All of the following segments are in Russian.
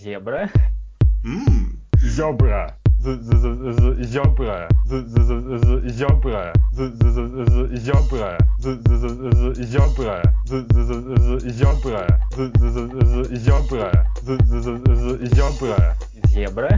Зебра. Зебра. Зебра. Зебра. Зебра. Зебра. Зебра. Зебра. Зебра.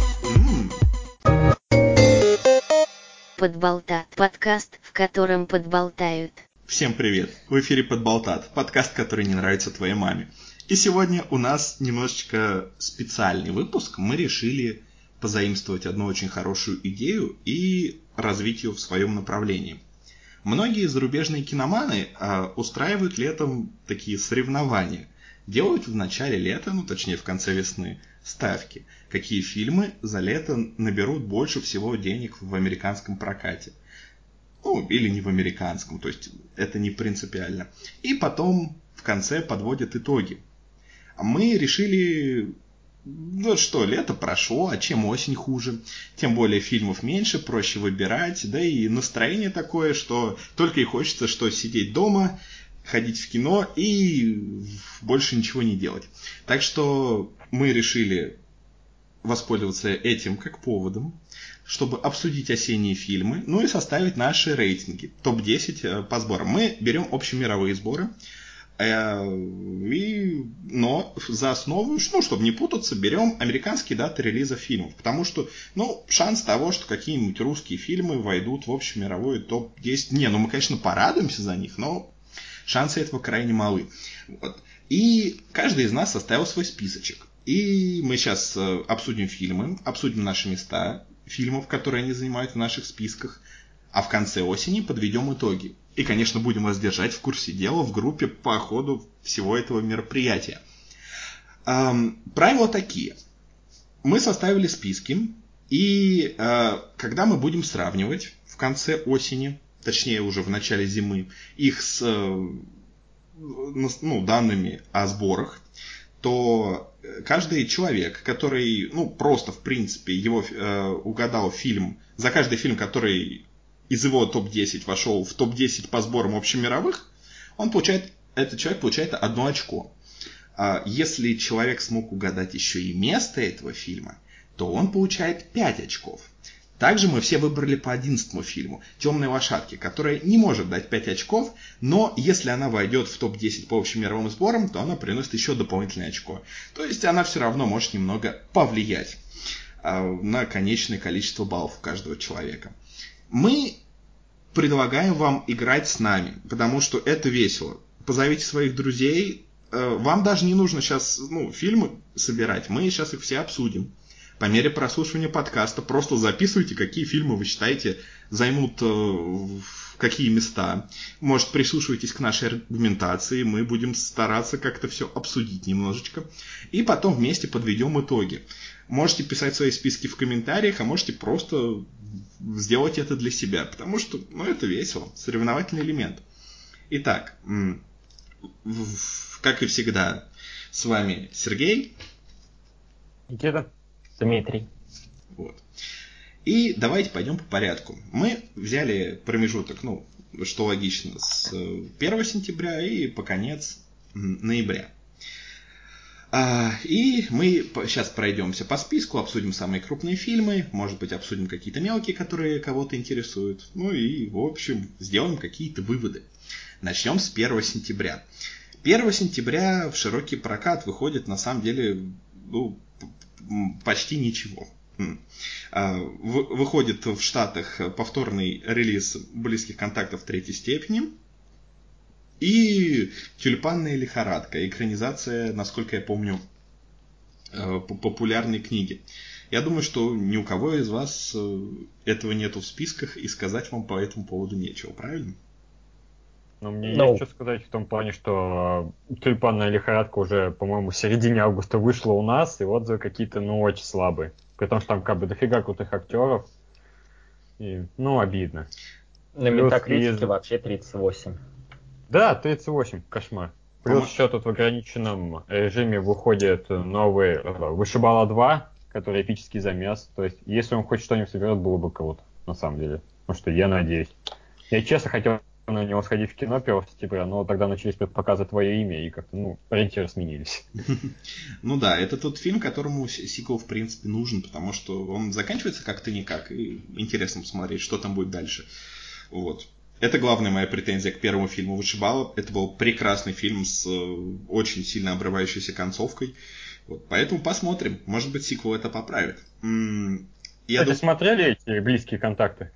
Подболтат. Подкаст, в котором подболтают. Всем привет! В эфире Подболтат, подкаст, который не нравится твоей маме. И сегодня у нас немножечко специальный выпуск. Мы решили позаимствовать одну очень хорошую идею и развить ее в своем направлении. Многие зарубежные киноманы устраивают летом такие соревнования. Делают в начале лета, точнее в конце весны, ставки. Какие фильмы за лето наберут больше всего денег в американском прокате. Или не в американском, то есть это не принципиально. И потом в конце подводят итоги. Мы решили, лето прошло, а чем осень хуже? Тем более фильмов меньше, проще выбирать, да и настроение такое, что только и хочется, что сидеть дома, ходить в кино и больше ничего не делать. Так что мы решили воспользоваться этим как поводом, чтобы обсудить осенние фильмы, и составить наши рейтинги. Топ-10 по сборам. Мы берем общемировые сборы, но за основу, чтобы не путаться, берем американские даты релиза фильмов. Потому что, шанс того, что какие-нибудь русские фильмы войдут в общемировой топ-10... мы, конечно, порадуемся за них, но шансы этого крайне малы. Вот. И каждый из нас составил свой списочек. И мы сейчас обсудим фильмы, обсудим наши места фильмов, которые они занимают в наших списках, а в конце осени подведем итоги. И, конечно, будем вас держать в курсе дела в группе по ходу всего этого мероприятия. Правила такие. Мы составили списки, и когда мы будем сравнивать в конце осени, точнее уже в начале зимы, их с данными о сборах, то каждый человек, который, просто, в принципе, его угадал фильм, за каждый фильм, который из его топ-10 вошел в топ-10 по сборам общемировых, этот человек получает 1 очко. А если человек смог угадать еще и место этого фильма, то он получает 5 очков. Также мы все выбрали по 11 фильму «Темные лошадки», которая не может дать 5 очков, но если она войдет в топ-10 по общемировым сборам, то она приносит еще дополнительное очко. То есть она все равно может немного повлиять на конечное количество баллов у каждого человека. Мы предлагаем вам играть с нами, потому что это весело. Позовите своих друзей. Вам даже не нужно сейчас фильмы собирать, мы сейчас их все обсудим. По мере прослушивания подкаста просто записывайте, какие фильмы вы считаете займут какие места. Может, прислушивайтесь к нашей аргументации, мы будем стараться как-то все обсудить немножечко. И потом вместе подведем итоги. Можете писать свои списки в комментариях, а можете просто сделать это для себя. Потому что, это весело, соревновательный элемент. Итак, как и всегда, с вами Сергей. Никита. Дмитрий. Вот. И давайте пойдем по порядку. Мы взяли промежуток, что логично, с 1 сентября и по конец ноября. И мы сейчас пройдемся по списку, обсудим самые крупные фильмы, может быть, обсудим какие-то мелкие, которые кого-то интересуют. И, в общем, сделаем какие-то выводы. Начнем с 1 сентября. 1 сентября в широкий прокат выходит, на самом деле, почти ничего. Выходит в Штатах повторный релиз «Близких контактов третьей степени» и «Тюльпанная лихорадка», экранизация, насколько я помню, популярной книги. Я думаю, что ни у кого из вас этого нету в списках, и сказать вам по этому поводу нечего, правильно? Мне есть что сказать в том плане, что «Тюльпанная лихорадка» уже, по-моему, в середине августа вышла у нас, и отзывы какие-то, очень слабые. При том, что там дофига крутых актеров. И, обидно. На Метакритике вообще 38. Да, 38, кошмар. Плюс еще тут в ограниченном режиме выходит новый «Вышибала 2», который эпический замес. То есть, если он хоть что-нибудь соберет, было бы круто, на самом деле. Что я надеюсь. Я честно хотел на него сходить в кино 1 сентября, но тогда начались показы «Твое имя», и как-то, ориентиры сменились. Ну да, это тот фильм, которому сиквел, в принципе, нужен, потому что он заканчивается как-то никак, и интересно посмотреть, что там будет дальше. Вот. Это главная моя претензия к первому фильму «Вышибала». Это был прекрасный фильм с очень сильно обрывающейся концовкой. Вот. Поэтому посмотрим. Может быть, сиквел это поправит. Кстати, смотрели эти «Близкие контакты»?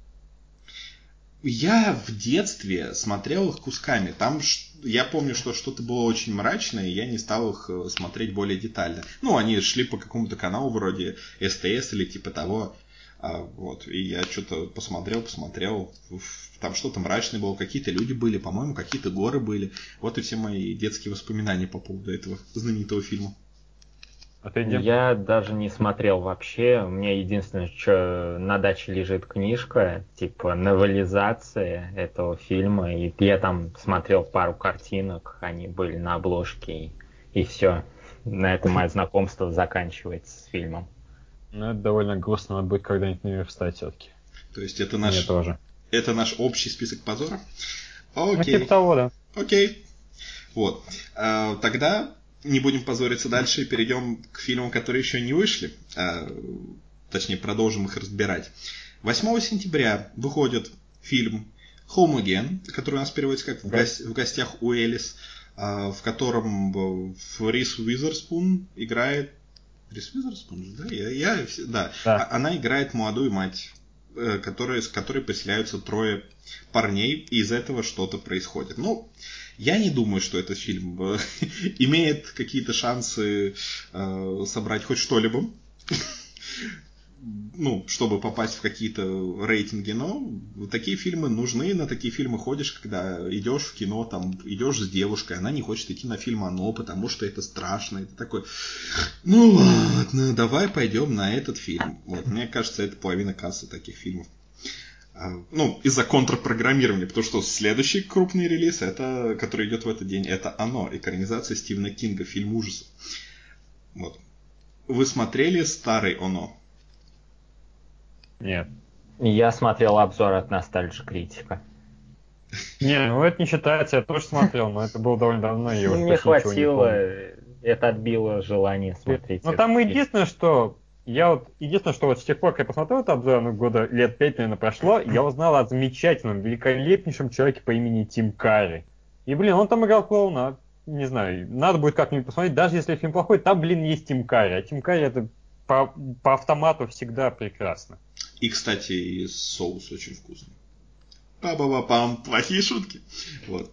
Я в детстве смотрел их кусками. Там я помню, что что-то было очень мрачное, и я не стал их смотреть более детально. Они шли по какому-то каналу вроде СТС или типа того. Вот. И я что-то посмотрел. Там что-то мрачное было, какие-то люди были, по-моему, какие-то горы были. Вот и все мои детские воспоминания по поводу этого знаменитого фильма. Я даже не смотрел вообще. У меня единственное, что на даче лежит книжка, типа новелизация этого фильма. И я там смотрел пару картинок, они были на обложке, и все. На этом мое знакомство заканчивается с фильмом. Это довольно грустно, надо будет когда-нибудь наверстать все-таки. То есть это наш... Мне тоже. Это наш общий список позора? Окей. Типа того, да. Окей. Вот. Тогда не будем позориться дальше и перейдем к фильмам, которые еще не вышли. Точнее, продолжим их разбирать. 8 сентября выходит фильм Home Again, который у нас переводится как «В гостях у Элис», в котором Риз Уизерспун играет... Риз Уизерспун же, да? Да. Она играет молодую мать, с которой поселяются 3 парней, и из этого что-то происходит. Я не думаю, что этот фильм имеет какие-то шансы собрать хоть что-либо, чтобы попасть в какие-то рейтинги, но такие фильмы нужны, на такие фильмы ходишь, когда идешь в кино, идешь с девушкой, она не хочет идти на фильм «Оно», потому что это страшно, это такой, ладно, давай пойдем на этот фильм. Вот, мне кажется, это половина кассы таких фильмов. Из-за контрпрограммирования, потому что следующий крупный релиз, который идет в этот день, это «Оно», экранизация Стивена Кинга, фильм ужасов. Вот. Вы смотрели старый «Оно»? Нет. Я смотрел обзор от Nostalgia Critica. Не, это не считается, я тоже смотрел, но это было довольно давно, и уже мне почти ничего не хватило, помню. это отбило желание смотреть. Там единственное, что с тех пор, как я посмотрел этот обзор, года лет 5, наверное, прошло, я узнал о замечательном, великолепнейшем человеке по имени Тим Карри. И, он там играл клоуна, не знаю, надо будет как-нибудь посмотреть, даже если фильм плохой, там, есть Тим Карри, а Тим Карри это по автомату всегда прекрасно. И, кстати, соус очень вкусный. Па-ба-ба-пам, плохие шутки. Вот.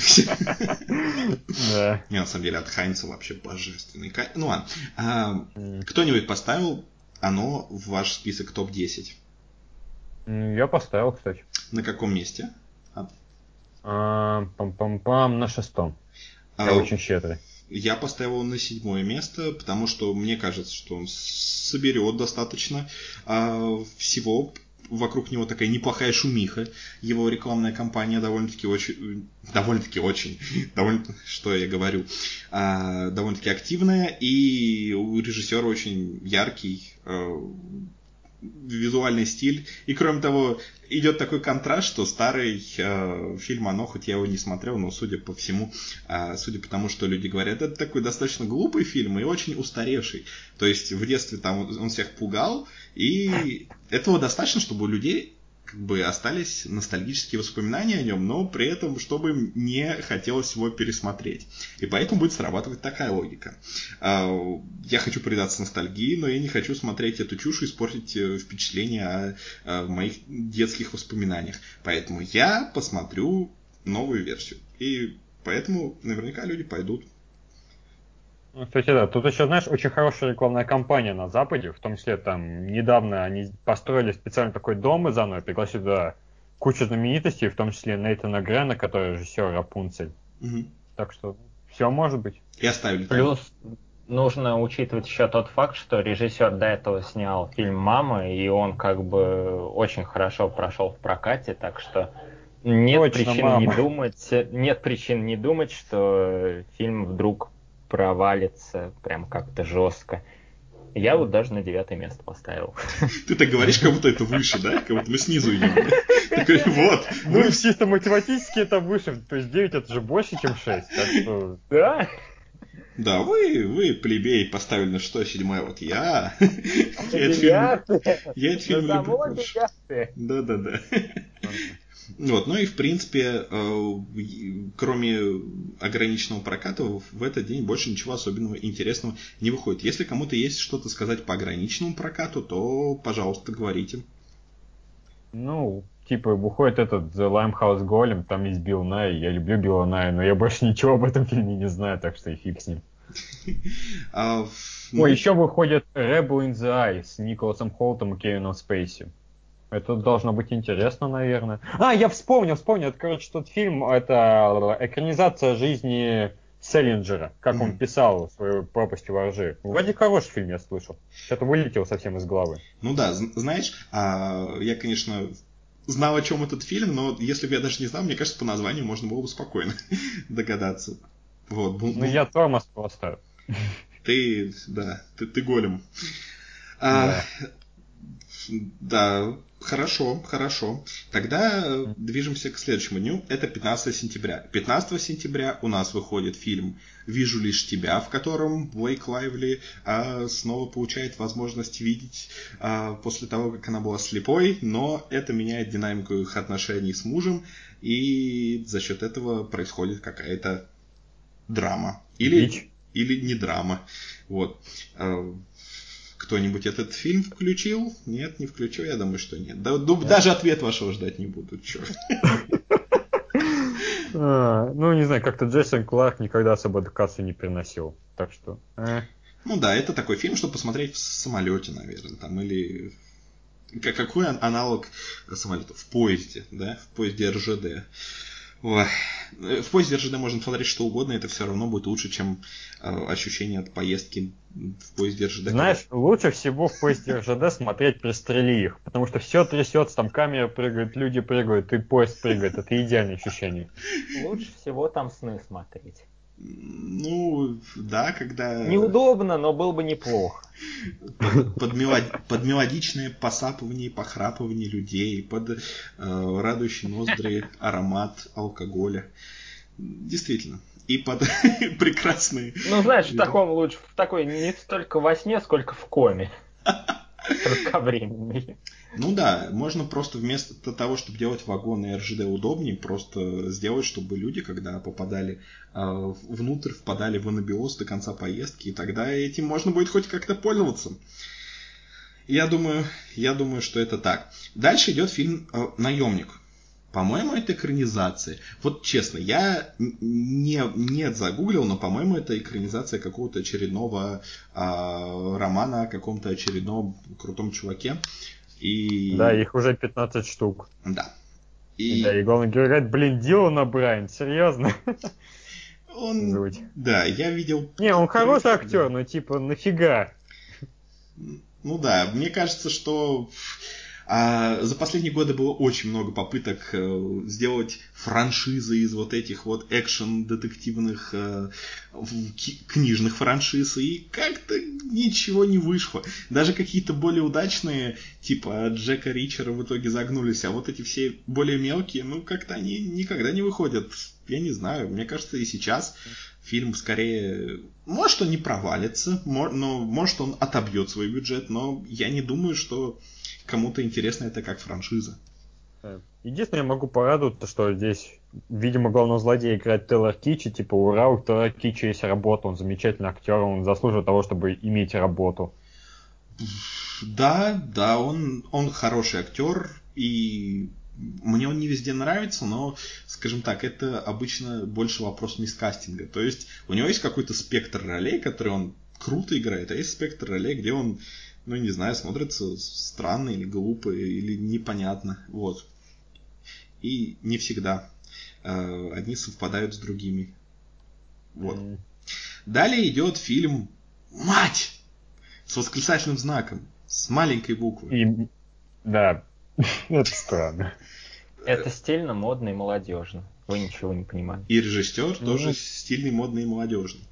Да. Не, на самом деле, от Хайнца вообще божественный. Ну ладно. Кто-нибудь поставил «Оно» в ваш список топ-10? Я поставил, кстати. На каком месте? На 6-м. Я очень щедрый. Я поставил его на 7 место, потому что мне кажется, что он соберет достаточно всего. Вокруг него такая неплохая шумиха. Его рекламная кампания довольно-таки активная. И у режиссера очень яркий визуальный стиль. И кроме того, идет такой контраст, что старый фильм «Оно», хоть я его не смотрел, но судя по тому, что люди говорят, это такой достаточно глупый фильм и очень устаревший. То есть в детстве там он всех пугал, и этого достаточно, чтобы у людей остались ностальгические воспоминания о нем, но при этом, чтобы им не хотелось его пересмотреть. И поэтому будет срабатывать такая логика. Я хочу предаться ностальгии, но я не хочу смотреть эту чушь и испортить впечатление о моих детских воспоминаниях. Поэтому я посмотрю новую версию. И поэтому наверняка люди пойдут. Кстати, да, тут еще, очень хорошая рекламная кампания на Западе, в том числе там недавно они построили специально такой дом из «Оно», пригласили туда кучу знаменитостей, в том числе Нейтана Грена, который режиссер «Рапунцель». Угу. Так что все может быть. И оставили. Плюс нужно учитывать еще тот факт, что режиссер до этого снял фильм «Мама», и он очень хорошо прошел в прокате, так что нет причин не думать, что фильм вдруг провалится прям как-то жестко. Я даже на 9 место поставил. Ты так говоришь, как будто это выше, да? Как будто мы снизу идем. Такой, вот. Ну, чисто математически это выше. То есть 9 это же больше, чем 6. Так что... Да? Да, вы, плебей, поставили на 6-7, вот я. Я этот фильм люблю больше. Да. Вот, ну и в принципе, кроме ограниченного проката, в этот день больше ничего особенного интересного не выходит. Если кому-то есть что-то сказать по ограниченному прокату, то, пожалуйста, говорите. Ну, типа, выходит этот The Limehouse Golem, там есть Билл Най, я люблю Билла Ная, но я больше ничего об этом фильме не знаю, так что и фиг с ним. Ой, еще выходит Rebel in the Eye с Николасом Холтом и Кевином Спейси. Это должно быть интересно, наверное. Я вспомнил, это, короче, тот фильм, это экранизация жизни Селлинджера, как он писал свою «Пропасть во ржи». Вроде хороший фильм, я слышал. Что-то вылетело совсем из головы. Ну да, знаешь, я, конечно, знал, о чем этот фильм, но если бы я даже не знал, мне кажется, по названию можно было бы спокойно догадаться. Вот. Ну, я тормоз просто. Ты голем. Да, хорошо. Тогда движемся к следующему дню. Это 15 сентября. 15 сентября у нас выходит фильм «Вижу лишь тебя», в котором Блейк Лайвли снова получает возможность видеть после того, как она была слепой, но это меняет динамику их отношений с мужем, и за счет этого происходит какая-то драма. Или не драма. Вот. Кто-нибудь этот фильм включил? Нет, не включил, я думаю, что нет. Даже ответ вашего ждать не буду, черт. Ну, не знаю, как-то Джейсон Кларк никогда особо кассу не приносил, так что... Ну да, это такой фильм, чтобы посмотреть в самолете, наверное, там, или... Какой аналог самолета? В поезде, да? В поезде РЖД. Ой. В поезде РЖД можно смотреть что угодно, это все равно будет лучше, чем ощущение от поездки в поезде РЖД. Знаешь, лучше всего в поезде РЖД смотреть «Пристрели их», потому что все трясется, там камера прыгает, люди прыгают, и поезд прыгает. Это идеальное ощущение. Лучше всего там сны смотреть. Ну, да, когда... Неудобно, но было бы неплохо. Под мелодичное посапывание и похрапывание людей, под радующий ноздри аромат алкоголя. Действительно. И под прекрасные... Ну, знаешь, в такой не столько во сне, сколько в коме. Кратковременный. Ну да, можно просто вместо того, чтобы делать вагоны РЖД удобнее, просто сделать, чтобы люди, когда попадали внутрь, впадали в анабиоз до конца поездки, и тогда этим можно будет хоть как-то пользоваться. Я думаю, что это так. Дальше идет фильм «Наемник». По-моему, это экранизация. Вот честно, я не загуглил, но, по-моему, это экранизация какого-то очередного романа о каком-то очередном крутом чуваке. Да, их уже 15 штук. Да. И главный герой говорит, Дилана Брайан, серьезно? Да, я видел... Не, он хороший актер, но типа нафига? Ну да, мне кажется, что за последние годы было очень много попыток сделать франшизы из вот этих вот экшен-детективных книжных франшиз, и как-то ничего не вышло. Даже какие-то более удачные, типа Джека Ричера, в итоге загнулись, а вот эти все более мелкие, ну как-то они никогда не выходят. Я не знаю, мне кажется, и сейчас фильм скорее... Может, он не провалится, может, он отобьет свой бюджет, но я не думаю, что кому-то интересно это как франшиза. Единственное, я могу порадоваться, что здесь, видимо, главного злодея играет Тейлор Китчи. Типа, ура, у Тейлора Китчи есть работа, он замечательный актер, он заслуживает того, чтобы иметь работу. Да, он хороший актер, и мне он не везде нравится, но, скажем так, это обычно больше вопрос мискастинга. То есть у него есть какой-то спектр ролей, который он круто играет, а есть спектр ролей, где он, ну не знаю, смотрится странно или глупо, или непонятно. Вот. И не всегда одни совпадают с другими. Вот. Далее идет фильм «Мать!» с восклицательным знаком, с маленькой буквы. Да, это странно. Это стильно, модно и молодежно. Вы ничего не понимаете. И режиссер тоже стильный, модный и молодежный.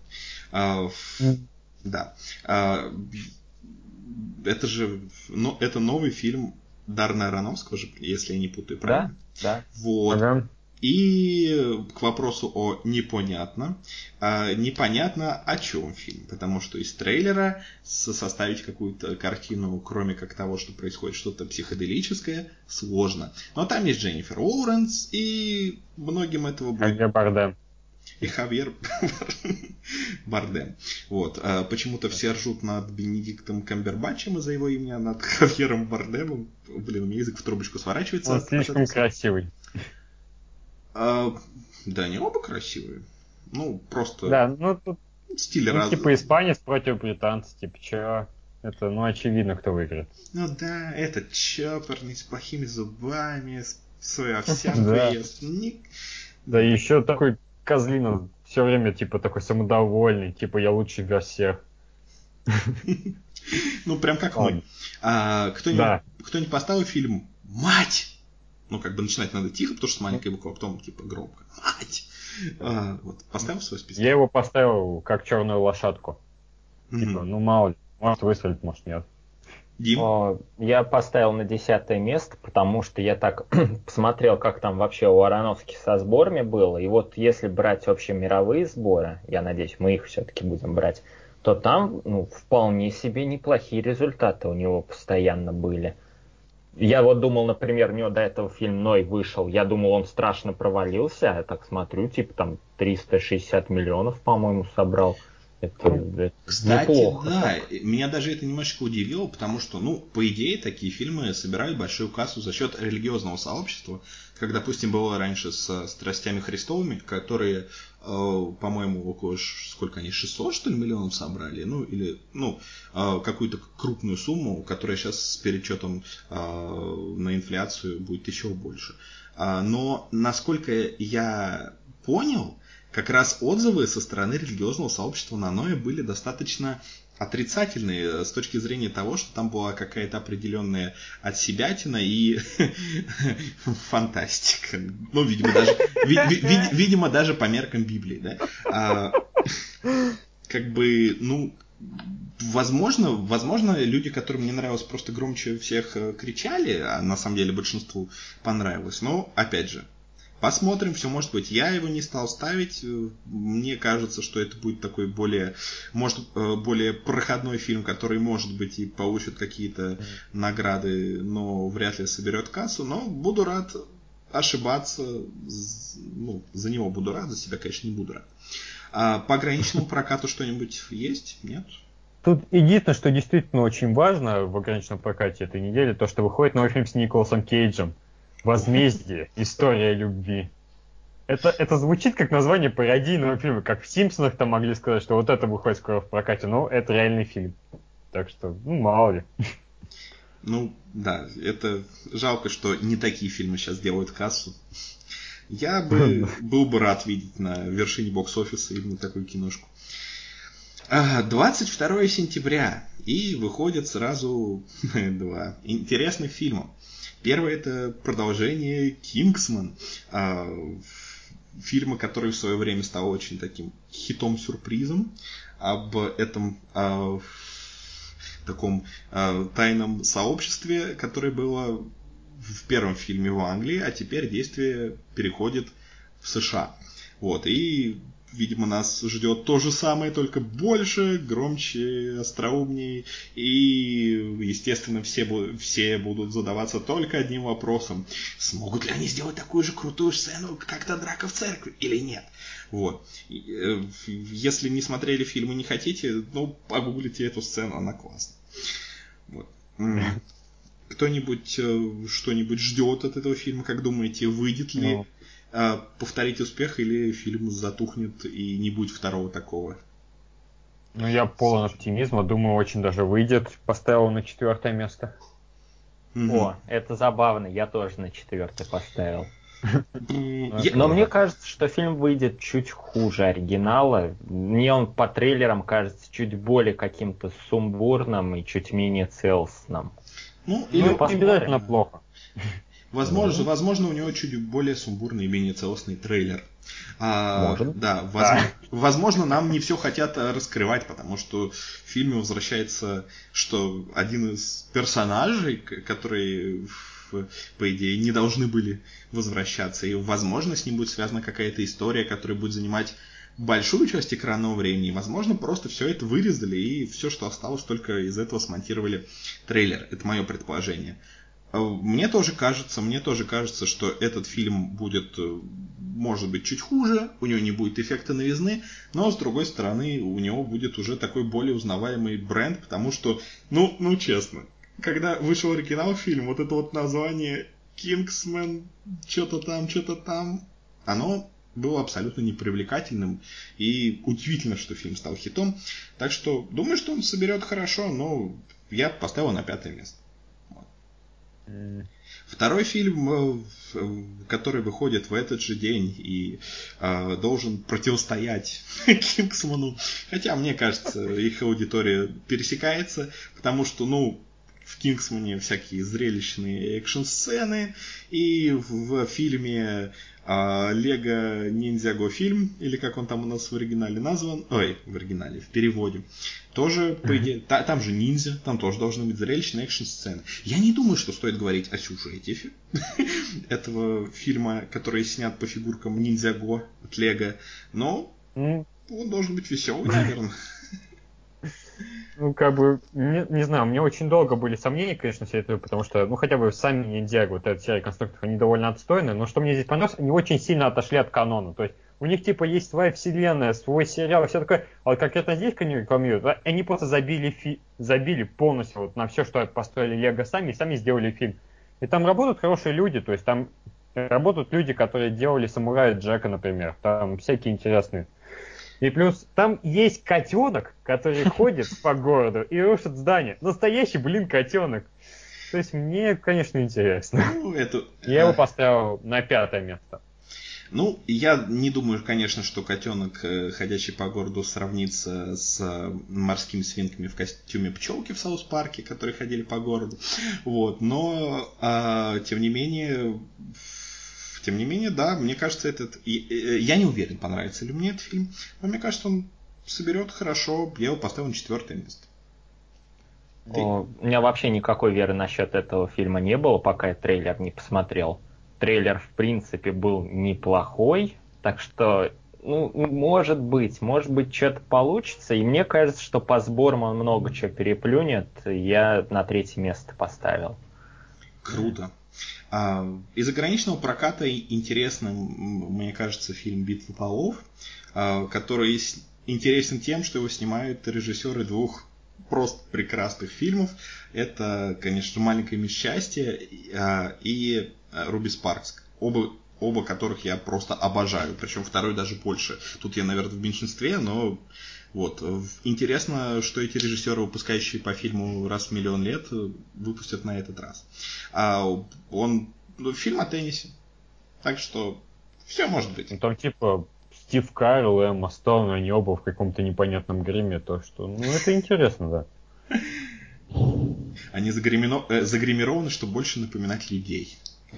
Да. Это же... это новый фильм Даррена Аронофского же, если я не путаю, правильно? Да. Вот. Ага. И к вопросу о непонятно. Непонятно, о чем фильм. Потому что из трейлера составить какую-то картину, кроме как того, что происходит что-то психоделическое, сложно. Но там есть Дженнифер Лоуренс, и многим этого будет... Хавьер Бардем. И Хавьер Бардем. Вот. Почему-то все ржут над Бенедиктом Камбербатчем из-за его имени, а над Хавьером Бардемом. Блин, у меня язык в трубочку сворачивается. Он слишком красивый. Да, они оба красивые. Ну, просто... Да, ну тут... Стиль разный. Типа испанец против британца, типа чё? Это, очевидно, кто выиграет. Ну да, этот чопорный, с плохими зубами, свою овсянку ест. Да, и еще такой козлина, все время, типа, такой самодовольный, типа, я лучший для всех. Ну, прям как мы. Кто-нибудь поставил фильм «Мать!» Ну, как бы начинать надо тихо, потому что с маленькой буквы, а потом, типа, громко. «Мать!» Вот, поставил в свой список? Я его поставил как черную лошадку. Типа, мало ли, может выстрелить, может нет. Дим? Я поставил на 10 место, потому что я так посмотрел, как там вообще у Аронофски со сборами было. И вот если брать общемировые сборы, я надеюсь, мы их все-таки будем брать, то там вполне себе неплохие результаты у него постоянно были. Я вот думал, например, у него до этого фильм «Ной» вышел, я думал, он страшно провалился, я так смотрю, типа там 360 миллионов, по-моему, собрал. Это Кстати, неплохо. да, меня даже это немножечко удивило, потому что, по идее, такие фильмы собирают большую кассу за счет религиозного сообщества, как, допустим, было раньше с «Страстями Христовыми», которые, по-моему, около, сколько они, 600, что ли, миллионов собрали, какую-то крупную сумму, которая сейчас с перечетом на инфляцию будет еще больше. Но, насколько я понял, как раз отзывы со стороны религиозного сообщества на Ноя были достаточно отрицательные с точки зрения того, что там была какая-то определенная отсебятина и фантастика. Ну, видимо, даже по меркам Библии, да. Возможно, люди, которым не нравилось, просто громче всех кричали, а на самом деле большинству понравилось. Но, опять же, посмотрим, все может быть. Я его не стал ставить. Мне кажется, что это будет такой более проходной фильм, который, может быть, и получит какие-то награды, но вряд ли соберет кассу. Но буду рад ошибаться. За него буду рад, за себя, конечно, не буду рад. А по ограниченному прокату что-нибудь есть? Нет? Тут единственное, что действительно очень важно в ограниченном прокате этой недели, то, что выходит новый фильм с Николасом Кейджем. «Возмездие. История любви». Это звучит как название пародийного фильма, как в «Симпсонах» там могли сказать, что вот это выходит скоро в прокате, но это реальный фильм. Так что, мало ли. Да, это жалко, что не такие фильмы сейчас делают кассу. Я был бы рад видеть на вершине бокс-офиса именно такую киношку. 22 сентября, и выходят сразу два интересных фильма. Первое — это продолжение «Кингсман», фильма, который в свое время стал очень таким хитом-сюрпризом, об этом таком тайном сообществе, которое было в первом фильме в Англии, а теперь действие переходит в США. Вот, и, видимо, нас ждет то же самое, только больше, громче, остроумнее. И, естественно, все будут задаваться только одним вопросом. Смогут ли они сделать такую же крутую сцену, как та драка в церкви, или нет? Вот. Если не смотрели фильм и не хотите, погуглите эту сцену, она классная. Вот. Кто-нибудь что-нибудь ждет от этого фильма? Как думаете, выйдет ли повторить успех, или фильм затухнет и не будет второго такого? Я полон оптимизма, думаю, очень даже выйдет. Поставил на 4 место. О, это забавно, я тоже на 4 поставил. Но мне кажется, что фильм выйдет чуть хуже оригинала. Мне он по трейлерам кажется чуть более каким-то сумбурным и чуть менее целостным. Обязательно плохо. Возможно, у него чуть более сумбурный и менее целостный трейлер. Может. Да, возможно, нам не все хотят раскрывать, потому что в фильме возвращается, что один из персонажей, которые, по идее, не должны были возвращаться, и, возможно, с ним будет связана какая-то история, которая будет занимать большую часть экранного времени. Возможно, просто все это вырезали, и все, что осталось, только из этого смонтировали трейлер. Это мое предположение. Мне тоже кажется, что этот фильм будет, может быть, чуть хуже, у него не будет эффекта новизны, но, с другой стороны, у него будет уже такой более узнаваемый бренд, потому что, ну честно, когда вышел оригинал фильм, вот это вот название Kingsman, что-то там, оно было абсолютно непривлекательным, и удивительно, что фильм стал хитом. Так что, думаю, что он соберет хорошо, но я поставил на 5 место. Второй фильм, который выходит в этот же день и должен противостоять Кингсману, хотя, мне кажется, их аудитория пересекается, потому что, в Кингсмане всякие зрелищные экшн-сцены, и в фильме Лего Ниндзяго фильм, или как он там у нас в оригинале назван, в переводе, тоже, по идее, там же ниндзя, там тоже должны быть зрелищные экшн-сцены. Я не думаю, что стоит говорить о сюжете этого фильма, который снят по фигуркам Ниндзяго от Лего, но он должен быть веселый, наверное. Не знаю, у меня очень долго были сомнения, конечно, все это, потому что, хотя бы сами Ниндзяго, вот эта серия конструкторов, они довольно отстойные, но что мне здесь понравилось, они очень сильно отошли от канона, то есть у них, есть своя вселенная, свой сериал, все такое, а вот конкретно здесь, как они рекламируют, они просто забили полностью вот на все, что построили Лего сами, и сами сделали фильм. И там работают хорошие люди, то есть там работают люди, которые делали Самурая Джека, например, там всякие интересные. И плюс там есть котенок, который ходит по городу и рушит здание. Настоящий, котенок. То есть мне, конечно, интересно. Я его поставил на 5 место. Я не думаю, конечно, что котенок, ходящий по городу, сравнится с морскими свинками в костюме пчелки в Саус-парке, которые ходили по городу. Вот. Но, тем не менее, да, мне кажется, я не уверен, понравится ли мне этот фильм, но мне кажется, он соберет хорошо. Я его поставил на 4 место. У меня вообще никакой веры насчет этого фильма не было, пока я трейлер не посмотрел. Трейлер, в принципе, был неплохой, так что, может быть, что-то получится. И мне кажется, что по сборам он много чего переплюнет. Я на 3 место поставил. Круто. Из ограниченного проката интересным, мне кажется, фильм «Битва полов», который интересен тем, что его снимают режиссеры 2 просто прекрасных фильмов. Это, конечно, «Маленькое мисс Счастье» и «Руби Спаркс». Оба которых я просто обожаю. Причем второй даже больше. Тут я, наверное, в меньшинстве, но вот. Интересно, что эти режиссеры, выпускающие по фильму раз в миллион лет, выпустят на этот раз. Фильм о теннисе. Так что все может быть. Там Стив Карелл и Эмма Стоун, они оба в каком-то непонятном гриме, то что, это интересно, да. Они загримированы, чтобы больше напоминать людей.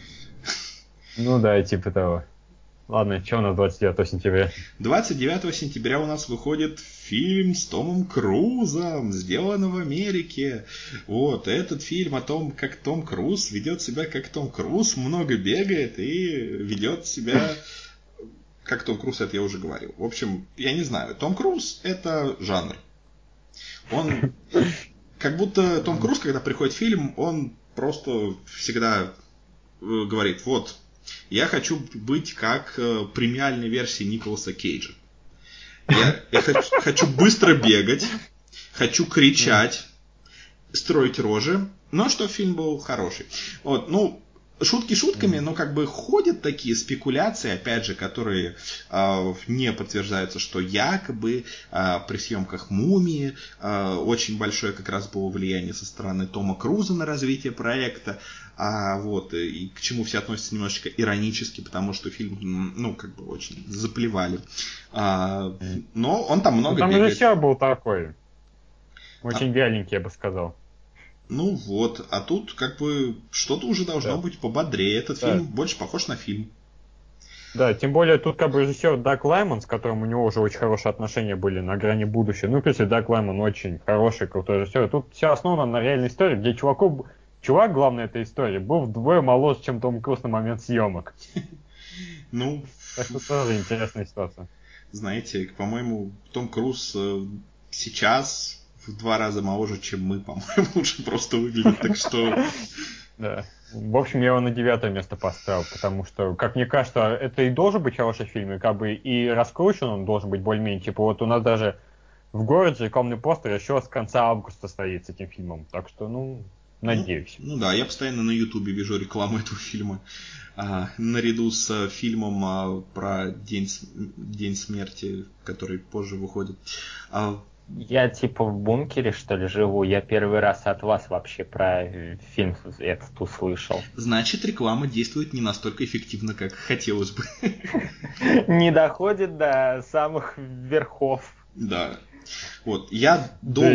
Да, того. Ладно, что у нас 29 сентября? 29 сентября у нас выходит фильм с Томом Крузом, сделан в Америке. Вот, этот фильм о том, как Том Круз ведет себя как Том Круз, много бегает и ведет себя как Том Круз, это я уже говорил. В общем, я не знаю, Том Круз — это жанр. Он, как будто Том Круз, когда приходит в фильм, он просто всегда говорит, вот, я хочу быть как премиальной версии Николаса Кейджа. Я хочу быстро бегать, хочу кричать, строить рожи, но что фильм был хороший. Вот, шутки шутками, но ходят такие спекуляции, опять же, которые не подтверждаются, что якобы при съемках «Мумии» очень большое как раз было влияние со стороны Тома Круза на развитие проекта. И к чему все относятся немножечко иронически, потому что фильм, очень заплевали. Но он там много бегает. Там режиссер был такой. Очень вяленький, я бы сказал. Ну вот, а тут как бы что-то уже должно быть пободрее. Этот фильм больше похож на фильм. Да, тем более тут как бы режиссер Даг Лайман, с которым у него уже очень хорошие отношения были на грани будущего. Ну, в принципе, Даг Лайман очень хороший, крутой режиссер. Тут все основано на реальной истории, где чувак, главной этой истории, был вдвое моложе, чем Том Круз на момент съемок. Ну, это тоже интересная ситуация. Знаете, по-моему, Том Круз сейчас в 2 раза моложе, чем мы, по-моему, уже просто выглядит, так что... Да. В общем, я его на 9 место поставил, потому что, как мне кажется, это и должен быть хороший фильм, и как бы и раскручен он должен быть более-менее. Типа вот у нас даже в городе рекламный постер еще с конца августа стоит с этим фильмом. Так что, надеюсь. Ну да, я постоянно на Ютубе вижу рекламу этого фильма. Наряду с фильмом про День смерти, который позже выходит. Я типа в бункере, что ли, живу. Я первый раз от вас вообще про фильм этот услышал. Значит, реклама действует не настолько эффективно, как хотелось бы. Не доходит до самых верхов. Да. Вот, я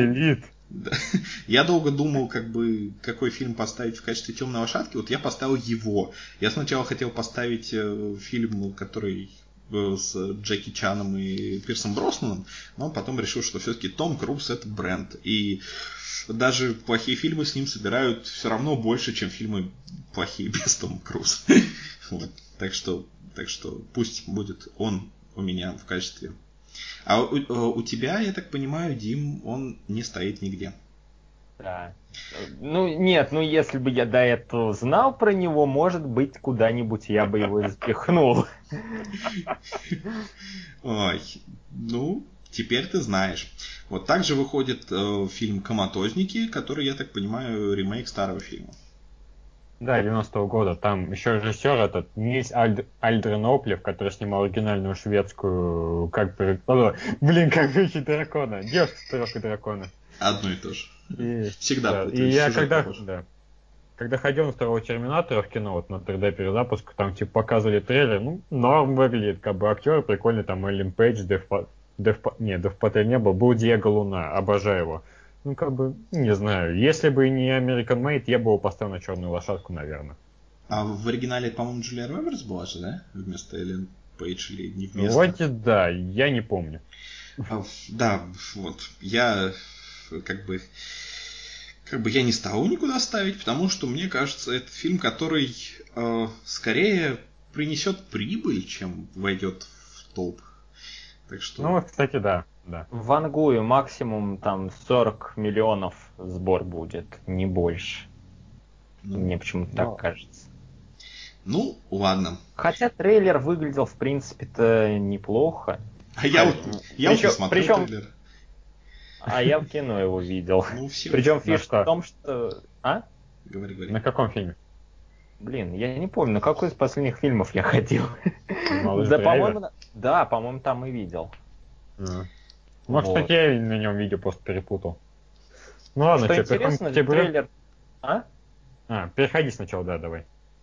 долго думал, какой фильм поставить в качестве темной лошадки. Вот я поставил его. Я сначала хотел поставить фильм, который с Джеки Чаном и Пирсом Броснаном, но потом решил, что все-таки Том Круз — это бренд. И даже плохие фильмы с ним собирают все равно больше, чем фильмы плохие без Тома Круза. Вот. Так что пусть будет он у меня в качестве. А у тебя, я так понимаю, Дим, он не стоит нигде. Да. Нет, если бы я до этого знал про него, может быть, куда-нибудь я бы его запихнул. Ой, теперь ты знаешь. Вот также выходит фильм «Коматозники», который, я так понимаю, ремейк старого фильма. Да, 90-го года. Там еще режиссер этот Нильс Альдреноплев, который снимал оригинальную шведскую, как приручить дракона. Девушка с трёх дракона. Одно и то же. Всегда путаю. И я когда ходил на второго Терминатора в кино, вот на 3D перезапуск, там типа показывали трейлер, норм выглядит, как бы актеры прикольные, там Эллен Пейдж, Дэв Паттель не был Диего Луна, обожаю его. Не знаю, если бы не American Made, я бы его поставил на черную лошадку, наверное. А в оригинале, по-моему, Джулия Робертс была же, да? Вместо Эллен Пейдж или не вместо? Вроде да, я не помню. Да, вот. Я я не стал никуда ставить, потому что, мне кажется, это фильм, который скорее принесет прибыль, чем войдет в топ. Так что... кстати, да. Вангую максимум там 40 миллионов сбор будет, не больше. Мне почему-то так кажется. Ладно. Хотя трейлер выглядел, в принципе-то, неплохо. А я уже смотрел трейлер. А я в кино его видел. Причем фишка в том, что... Говори. На каком фильме? Блин, я не помню, на какой из последних фильмов я ходил. Да, по-моему, там и видел. Кстати, я на нем видео просто перепутал. Ладно, что интересно, трейлер... переходи сначала, да, давай.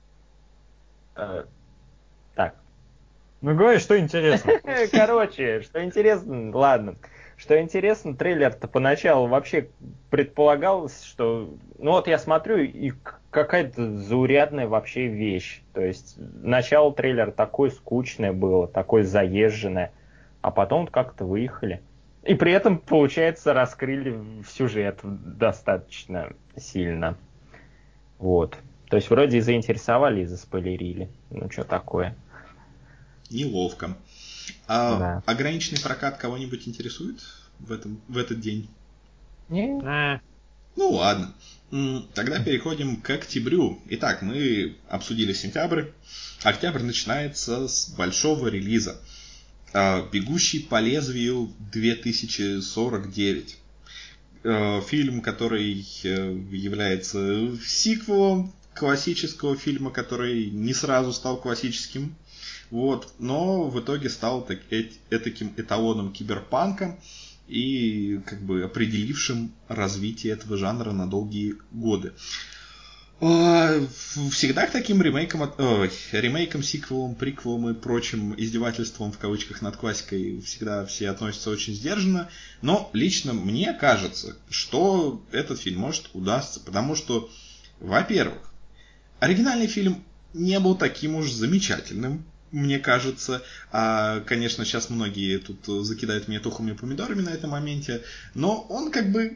Так. Говори, что интересно. Короче, что интересно, ладно. Что интересно, трейлер-то поначалу вообще предполагалось, что... я смотрю, и какая-то заурядная вообще вещь. То есть, начало трейлера такое скучное было, такое заезженное, а потом как-то выехали. И при этом, получается, раскрыли сюжет достаточно сильно. Вот. То есть, вроде и заинтересовали, и заспойлерили. Что такое? Неловко. Да. Ограниченный прокат кого-нибудь интересует в этот день? Не. Ладно. Тогда переходим к октябрю. Итак, мы обсудили сентябрь. Октябрь начинается с большого релиза. «Бегущий по лезвию 2049». Фильм, который является сиквелом классического фильма, который не сразу стал классическим. Но в итоге стал таким эталоном киберпанка и определившим развитие этого жанра на долгие годы. Всегда к таким ремейкам, сиквелам, приквелам и прочим издевательствам в кавычках над классикой всегда все относятся очень сдержанно. Но лично мне кажется, что этот фильм может удастся, потому что, во-первых, оригинальный фильм не был таким уж замечательным, мне кажется. Конечно, сейчас многие тут закидают меня тухлыми помидорами на этом моменте, но он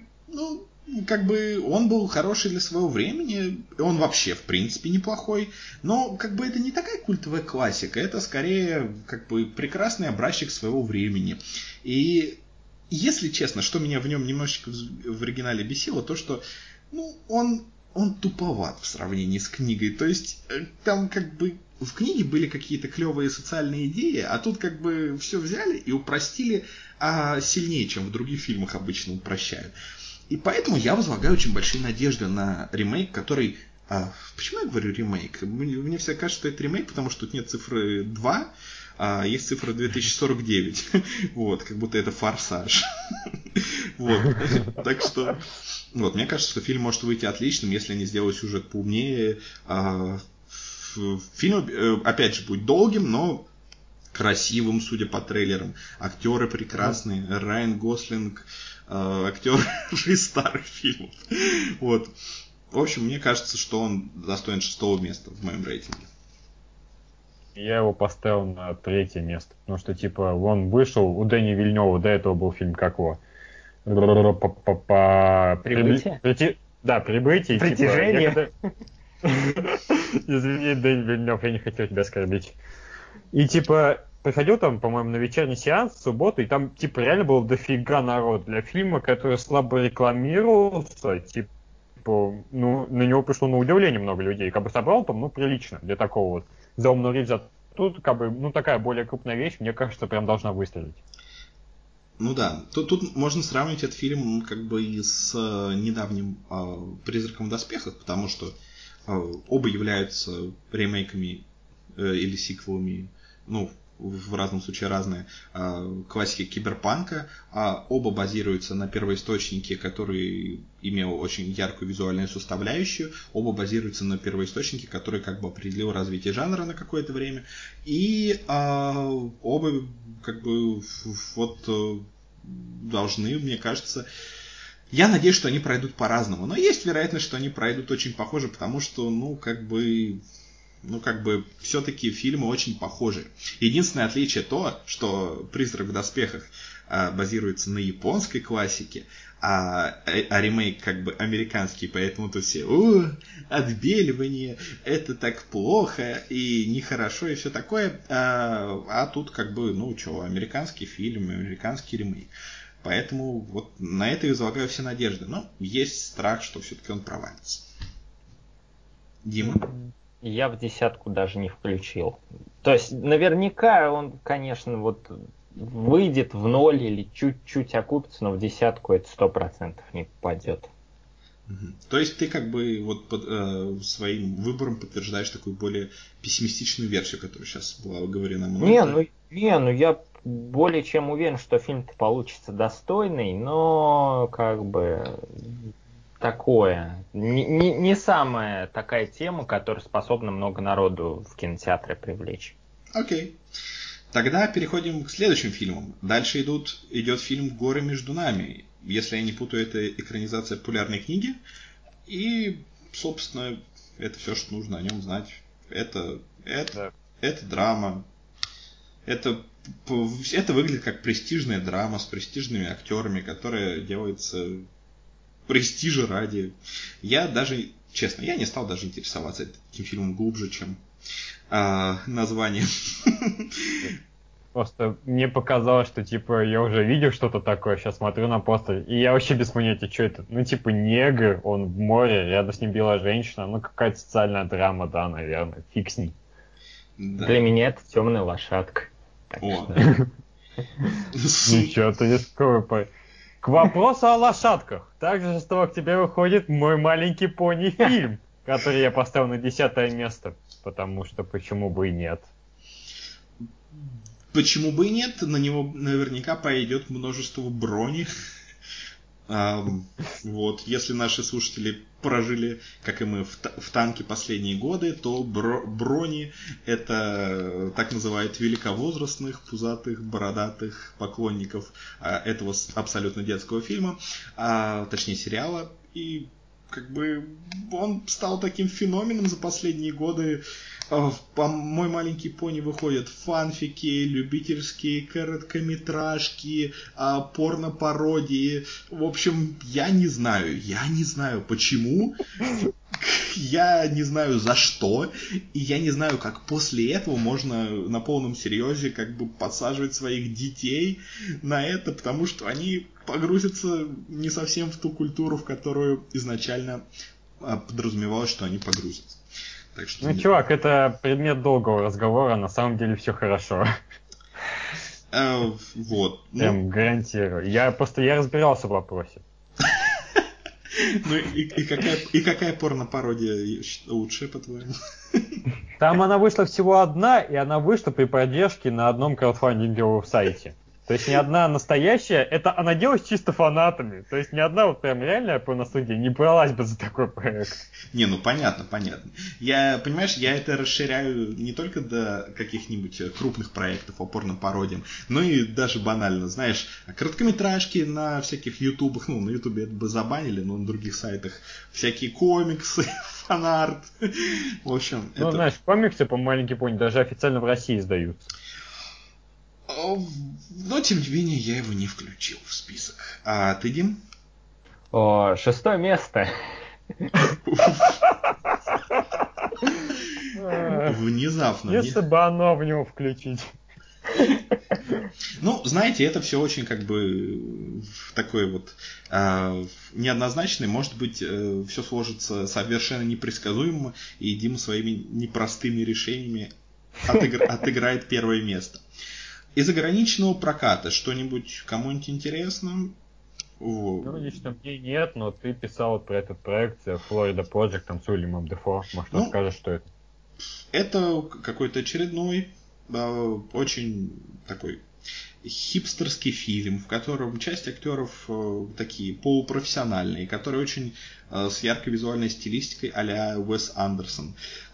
он был хороший для своего времени, он вообще, в принципе, неплохой, но, это не такая культовая классика, это скорее, прекрасный образчик своего времени. И, если честно, что меня в нем немножечко в оригинале бесило, то, что, он туповат в сравнении с книгой, то есть, там, в книге были какие-то клевые социальные идеи, а тут, все взяли и упростили, сильнее, чем в других фильмах обычно упрощают. И поэтому я возлагаю очень большие надежды на ремейк, который... почему я говорю ремейк? Мне всегда кажется, что это ремейк, потому что тут нет цифры 2, а есть цифра 2049. Вот, как будто это форсаж. Вот, так что... Вот, мне кажется, что фильм может выйти отличным, если они сделают сюжет поумнее. Фильм, опять же, будет долгим, но красивым, судя по трейлерам. Актеры прекрасные. Райан Гослинг... актер из старых фильмов. Вот. В общем, мне кажется, что он достоин 6-го места в моем рейтинге. Я его поставил на 3-е место. Потому что, он вышел, у Дэни Вильнёва до этого был фильм, как его? Прибытие? Да, «Прибытие». Притяжение? Извини, Дэни Вильнёв, я не хотел тебя оскорбить. И приходил там, по-моему, на вечерний сеанс в субботу, и там, реально было дофига народ для фильма, который слабо рекламировался, на него пришло на удивление много людей. Собрал там, прилично для такого вот заумного Ривза. Тут, такая более крупная вещь, мне кажется, прям должна выстрелить. Ну да, тут можно сравнить этот фильм и с недавним «Призраком в доспехах», потому что оба являются ремейками или сиквелами, в разном случае разные, классики киберпанка, оба базируются на первоисточнике, который имел очень яркую визуальную составляющую, оба базируются на первоисточнике, который определил развитие жанра на какое-то время, и оба должны, мне кажется, я надеюсь, что они пройдут по-разному, но есть вероятность, что они пройдут очень похоже, потому что, все-таки фильмы очень похожи. Единственное отличие то, что «Призрак в доспехах» базируется на японской классике, а ремейк американский, поэтому тут все отбеливание, это так плохо и нехорошо и все такое, а тут американский фильм, американский ремейк. Поэтому вот на это излагаю все надежды, но есть страх, что все-таки он провалится. Дима? Я в 10-ку даже не включил. То есть, наверняка он, конечно, выйдет в 0 или чуть-чуть окупится, но в 10-ку это 100% не попадет. То есть ты своим выбором подтверждаешь такую более пессимистичную версию, которая сейчас была оговорена мной? Я более чем уверен, что фильм-то получится достойный, но такое. Не самая такая тема, которая способна много народу в кинотеатры привлечь. Окей. Тогда переходим к следующим фильмам. Дальше идет фильм «Горы между нами». Если я не путаю, это экранизация популярной книги. И, собственно, это все, что нужно о нем знать. Это драма. Это выглядит как престижная драма с престижными актерами, которая делается престижа ради. Я даже, честно, я не стал даже интересоваться этим фильмом глубже, чем название. Просто мне показалось, что я уже видел что-то такое, сейчас смотрю на постер, и я вообще без понятия, что это. Негр, он в море, рядом с ним белая женщина, какая-то социальная драма, да, наверное, фиг с ней. Да. Для меня это «Темная лошадка». Ничего ты не скоро. К вопросу о лошадках. Также 6 октября выходит «Мой маленький пони» фильм, который я поставил на 10-е место, потому что почему бы и нет. Почему бы и нет? На него наверняка пойдет множество брони. Вот, если наши слушатели прожили, как и мы, в танке последние годы, то брони — это так называют великовозрастных, пузатых, бородатых поклонников этого абсолютно детского фильма, точнее сериала. И как бы он стал таким феноменом за последние годы. «Мой маленький пони» выходят фанфики, любительские короткометражки, порно-пародии. В общем, я не знаю почему, я не знаю за что, и я не знаю, как после этого можно на полном серьезе как бы подсаживать своих детей на это, потому что они погрузятся не совсем в ту культуру, в которую изначально подразумевалось, что они погрузятся. Так что чувак, это предмет долгого разговора, на самом деле все хорошо. Вот. Прям гарантирую. Я разбирался в вопросе. Ну и какая порно-пародия лучшая, по-твоему? Там она вышла всего одна, и она вышла при поддержке на одном краудфандинговом сайте. То есть ни одна настоящая, она делалась чисто фанатами. То есть ни одна вот прям реальная порностудия не бралась бы за такой проект. Не, ну понятно. Понимаешь, я это расширяю не только до каких-нибудь крупных проектов по порно-пародиям, но и даже банально, знаешь, короткометражки на всяких ютубах, на ютубе это бы забанили, но на других сайтах всякие комиксы, фанарт. В общем, знаешь, комиксы по «Маленький пони» даже официально в России издаются. Но, тем не менее, я его не включил в список. А ты, Дим? 6-е место. Внезапно. Если бы оно в него включить. Ну, знаете, это все очень как бы такое вот неоднозначное. Может быть, все сложится совершенно непредсказуемо, и Дима своими непростыми решениями отыграет первое место. Из ограниченного проката что-нибудь кому-нибудь интересно? Лично мне нет, но ты писал про этот проект Florida Project там, с Уильямом Дефо. Может, расскажешь, что это? Это какой-то очередной, очень такой хипстерский фильм, в котором часть актеров такие полупрофессиональные, которые очень с яркой визуальной стилистикой а-ля Уэс Андерсон.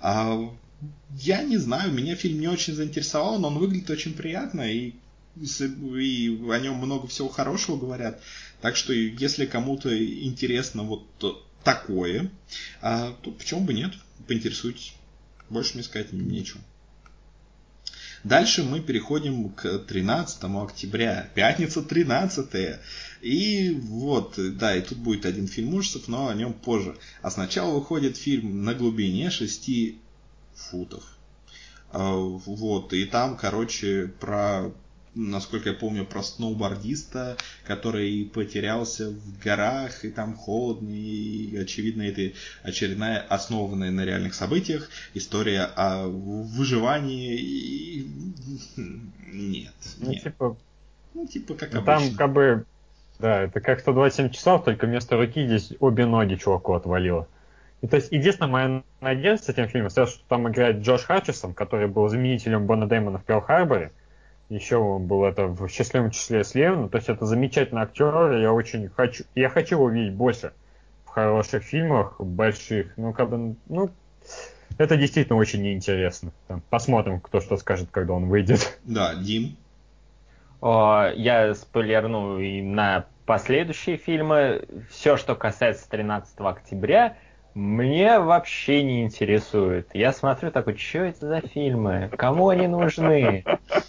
Я не знаю, меня фильм не очень заинтересовал, но он выглядит очень приятно, и о нем много всего хорошего говорят. Так что, если кому-то интересно вот такое, то почему бы нет, поинтересуйтесь. Больше мне сказать нечего. Дальше мы переходим к 13 октября. Пятница 13. И вот, да, и тут будет один фильм ужасов, но о нем позже. А сначала выходит фильм «На глубине 6 футов». Вот, и там, короче, насколько я помню, про сноубордиста, который потерялся в горах, и там холодно, и, очевидно, это очередная, основанная на реальных событиях, история о выживании, и... Нет. Типа, как обычно. Там, как бы, да, это как 127 часов, только вместо руки здесь обе ноги чуваку отвалило. И, то есть, единственная моя надежда с этим фильмом, что там играет Джош Хатчерсон, который был заменителем Бона Дэймона в Перл-Харборе. Еще он был в счастливом числе с Левином. То есть это замечательный актер. Я хочу его видеть больше в хороших фильмах, больших. Это действительно очень неинтересно. Посмотрим, кто что скажет, когда он выйдет. Да, Дим. Я спойлерну и на последующие фильмы. Все, что касается 13 октября, мне вообще не интересует. Я смотрю такой, что это за фильмы? Кому они нужны?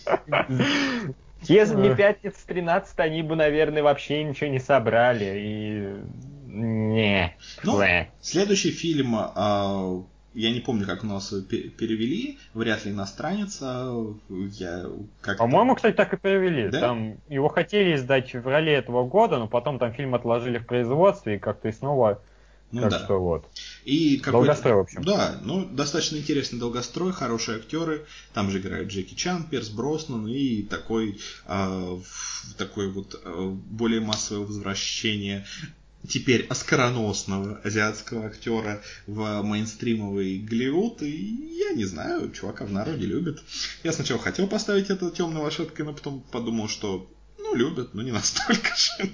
Если не пятница 13, они бы, наверное, вообще ничего не собрали. И... Следующий фильм, я не помню, как у нас перевели, вряд ли иностранец. По-моему, кстати, так и перевели. Да? Там его хотели издать в феврале этого года, но потом там фильм отложили в производстве, и как-то и снова... Что вот. И долгострой, в общем. Да, достаточно интересный долгострой, хорошие актеры. Там же играют Джеки Чан, Пирс Броснан и такое вот более массовое возвращение теперь оскароносного азиатского актера в мейнстримовый Голливуд. И я не знаю, чувака в народе любят. Я сначала хотел поставить это темной лошадкой, но потом подумал, что любят, но не настолько же.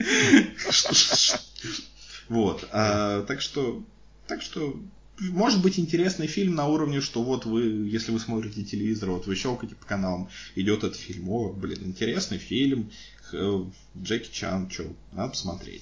Вот. Так что, может быть, интересный фильм на уровне, что вот вы, если вы смотрите телевизор, вот вы щелкаете по каналам, идет этот фильм. О, блин, интересный фильм. Джеки Чан, что, надо посмотреть.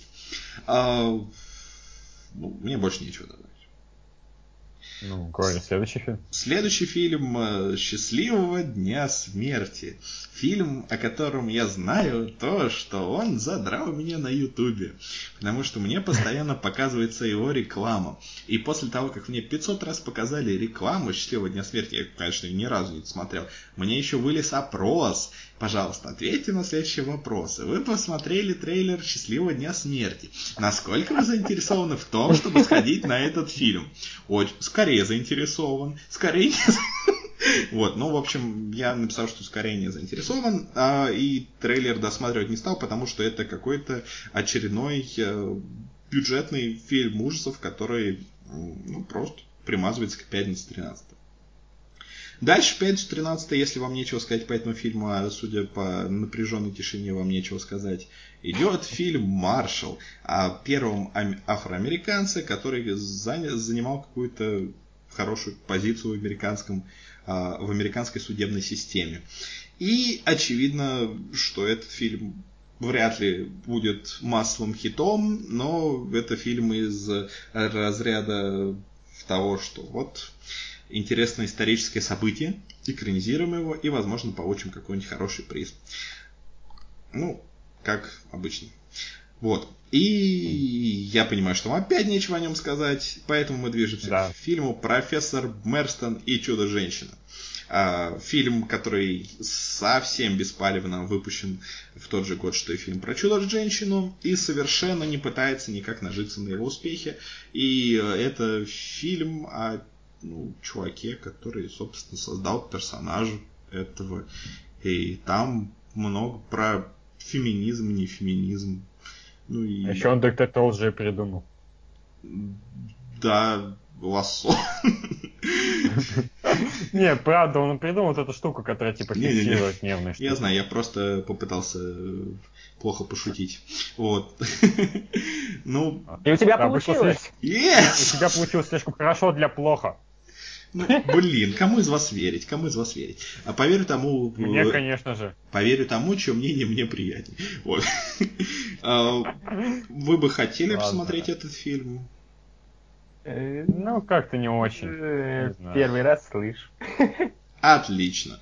Мне больше нечего добавить. Ну, говори, следующий фильм. Следующий фильм «Счастливого дня смерти». Фильм, о котором я знаю то, что он задрал меня на Ютубе. Потому что мне постоянно показывается его реклама. И после того, как мне 500 раз показали рекламу «Счастливого дня смерти», я, конечно, ни разу не смотрел, мне еще вылез опрос. Пожалуйста, ответьте на следующие вопросы. Вы посмотрели трейлер «Счастливого дня смерти». Насколько вы заинтересованы в том, чтобы сходить на этот фильм? Скорее заинтересован. Скорее не... Вот, ну, в общем, я написал, что скорее не заинтересован. И трейлер досматривать не стал, потому что это какой-то очередной бюджетный фильм ужасов, который, просто примазывается к пятнице 13. Дальше, в пятницу 13, если вам нечего сказать по этому фильму, а судя по напряженной тишине вам нечего сказать, идет фильм «Маршал» о первом афроамериканце, который занимал какую-то хорошую позицию в американской судебной системе. И очевидно, что этот фильм вряд ли будет массовым хитом, но это фильм из разряда того, что вот... интересное историческое событие, экранизируем его и, возможно, получим какой-нибудь хороший приз. Как обычно. Вот. И я понимаю, что вам опять нечего о нем сказать, поэтому мы движемся к фильму «Профессор Мерстон и Чудо-женщина». Фильм, который совсем беспалевно выпущен в тот же год, что и фильм про Чудо-женщину, и совершенно не пытается никак нажиться на его успехе. И это фильм о чуваке, который, собственно, создал персонажа этого. И там много про феминизм, не феминизм. А еще он «Диктатор лжи» придумал. Да, Лассо. Не, правда, он придумал вот эту штуку, которая типа фиксирует нервные штуки. Я знаю, я просто попытался плохо пошутить. Вот. И у тебя получилось. У тебя получилось слишком хорошо для плохо. Кому из вас верить? А поверю тому... Мне, конечно же. Поверю тому, чье мнение мне приятнее. Вот. Вы бы хотели посмотреть этот фильм? Как-то не очень. Первый раз слышу. Отлично.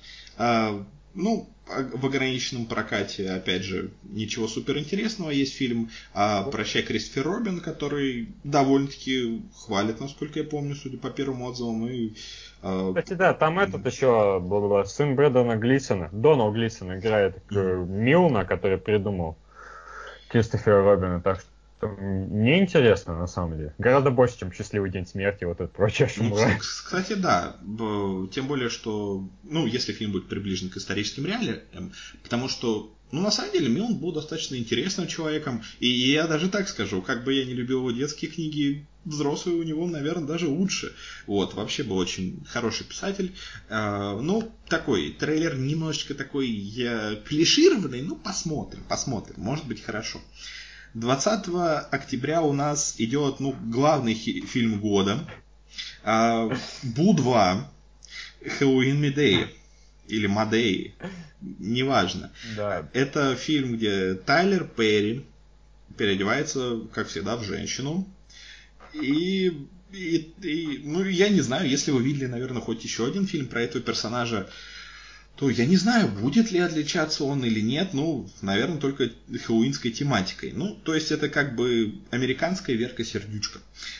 В ограниченном прокате, опять же, ничего суперинтересного. Есть фильм «Прощай, Кристофер Робин», который довольно-таки хвалит, насколько я помню, судя по первым отзывам. Кстати, да, там еще был сын Брэндона Глисона. Донал Глисон играет Милна, который придумал Кристофера Робина. Так что мне интересно, на самом деле. Гораздо больше, чем «Счастливый день смерти», вот это прочее шумра. Кстати, да. Тем более, что, если фильм будет приближен к историческим реалиям, потому что, на самом деле, Милн был достаточно интересным человеком, и я даже так скажу, как бы я не любил его детские книги, взрослые у него, наверное, даже лучше. Вот, вообще был очень хороший писатель. Такой трейлер немножечко такой клишированный, посмотрим, может быть, хорошо. 20 октября у нас идет главный фильм года. Бу-2, Хэллоуин Мэдеи или Мадеи, неважно. Да. Это фильм, где Тайлер Перри переодевается, как всегда, в женщину. И я не знаю, если вы видели, наверное, хоть еще один фильм про этого персонажа, то я не знаю, будет ли отличаться он или нет, наверное, только хэллоуинской тематикой. То есть это как бы американская Верка Сердючка.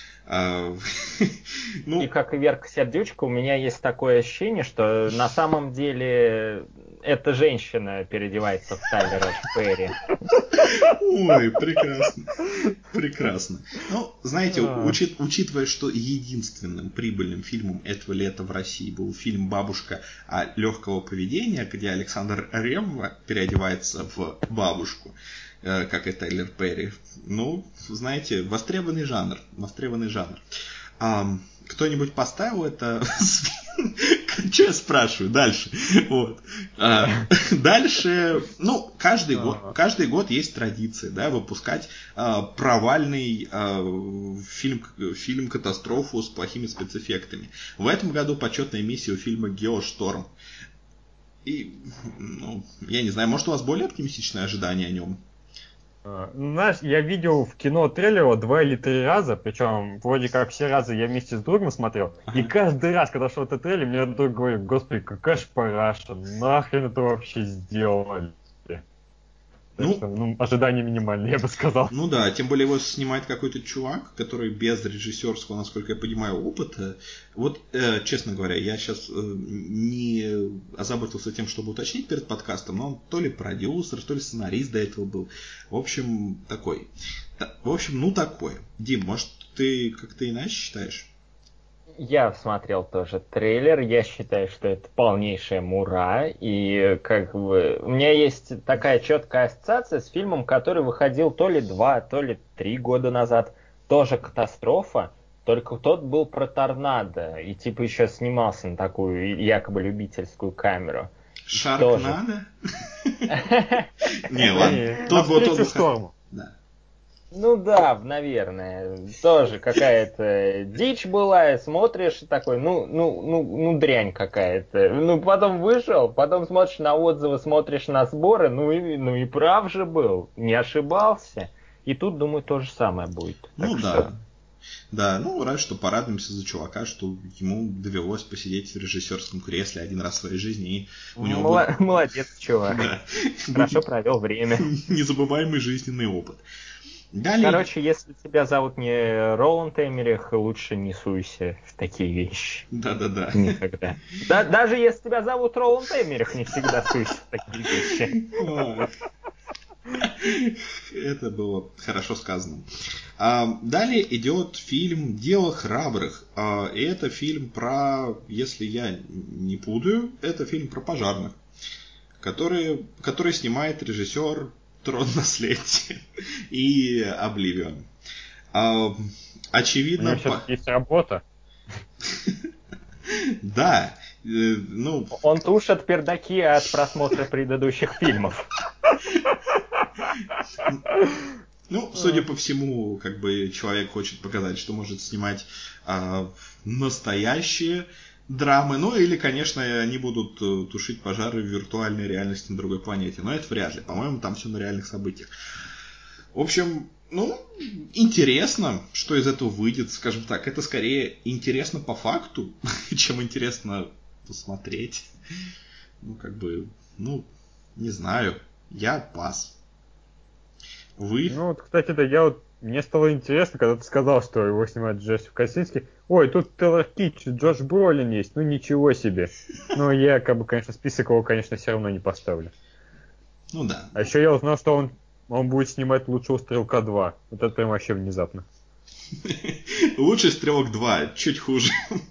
И как и Верка Сердючка, у меня есть такое ощущение, что на самом деле эта женщина переодевается в Тайлера Перри. Ой, прекрасно. Знаете, учитывая, что единственным прибыльным фильмом этого лета в России был фильм «Бабушка» легкого поведения, где Александр Ревва переодевается в бабушку, как и Тайлер Перри. Знаете, востребованный жанр. Кто-нибудь поставил это? Что я спрашиваю? Дальше. Вот. Дальше, каждый год есть традиция, да, выпускать провальный фильм-катастрофу с плохими спецэффектами. В этом году почетная миссия у фильма «Геошторм». И, я не знаю, может, у вас более оптимистичные ожидания о нем? Знаешь, я видел в кино трейлер 2 или 3 раза, причем вроде как все разы я вместе с другом смотрел, и каждый раз, когда шел этот трейлер, мне друг говорит: господи, какая ж параша, нахрен это вообще сделали? Так что, ожидания минимальные, я бы сказал. Ну да, тем более его снимает какой-то чувак, который без режиссерского, насколько я понимаю, опыта. Вот, честно говоря, я сейчас не озаботился тем, чтобы уточнить перед подкастом, но он то ли продюсер, то ли сценарист до этого был. В общем, такой. Такой. Дим, может, ты как-то иначе считаешь? Я смотрел тоже трейлер, я считаю, что это полнейшая мура, и у меня есть такая четкая ассоциация с фильмом, который выходил то ли 2, то ли 3 года назад, тоже катастрофа, только тот был про торнадо, и типа еще снимался на такую якобы любительскую камеру. Шаркнадо? Не, ладно, тот был шторму. Ну да, наверное. Тоже какая-то дичь была, смотришь такой, дрянь какая-то. Потом вышел, потом смотришь на отзывы, смотришь на сборы, и прав же был, не ошибался. И тут, думаю, то же самое будет. Да, разве что порадуемся за чувака, что ему довелось посидеть в режиссерском кресле один раз в своей жизни. И у него молодец, чувак. Да. Хорошо провел время. Незабываемый жизненный опыт. Далее... Короче, если тебя зовут не Роланд Эммерих, лучше не суйся в такие вещи. Да-да-да. Никогда. Даже если тебя зовут Роланд Эммерих, не всегда суйся в такие вещи. Это было хорошо сказано. Далее идет фильм «Дело храбрых». И это фильм про, если я не путаю, это фильм про пожарных, который снимает режиссер «Трон наследия» и «Обливион». Очевидно... У него все-таки есть работа. Да. Он тушит пердаки от просмотра предыдущих фильмов. Судя по всему, человек хочет показать, что может снимать настоящие драмы. Или, конечно, они будут тушить пожары в виртуальной реальности на другой планете. Но это вряд ли. По-моему, там все на реальных событиях. В общем, интересно, что из этого выйдет. Скажем так, это скорее интересно по факту, чем интересно посмотреть. Не знаю. Я пас. Вы? Кстати, мне стало интересно, когда ты сказал, что его снимает Джозеф Косинский. Ой, тут Тейлор Китч, Джош Бролин есть, ничего себе. Я, конечно, список его, конечно, все равно не поставлю. Да. А еще я узнал, что он будет снимать «Лучшего стрелка 2». Вот это прям вообще внезапно. «Лучший стрелок 2», чуть хуже.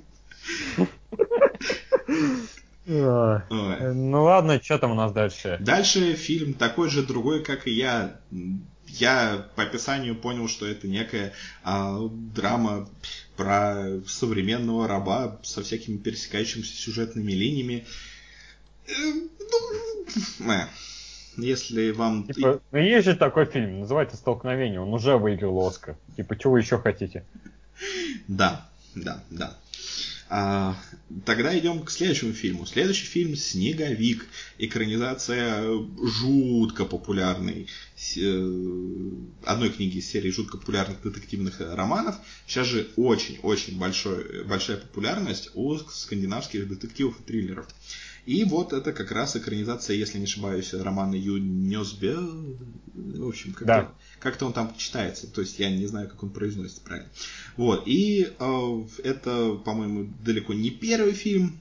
Ладно, что там у нас дальше? Дальше фильм такой же другой, как и я. Я по описанию понял, что это некая драма про современного раба со всякими пересекающимися сюжетными линиями. Если вам... есть же такой фильм, называется «Столкновение», он уже выиграл «Оскар». Чего вы еще хотите? Да. Тогда идем к следующему фильму. Следующий фильм «Снеговик». Экранизация жутко популярной одной книги из серии жутко популярных детективных романов. Сейчас же очень-очень большая популярность у скандинавских детективов и триллеров. И вот это как раз экранизация, если не ошибаюсь, романа Ю Нёсбе. В общем, как-то он там читается. То есть я не знаю, как он произносится правильно. Вот. И это, по-моему, далеко не первый фильм,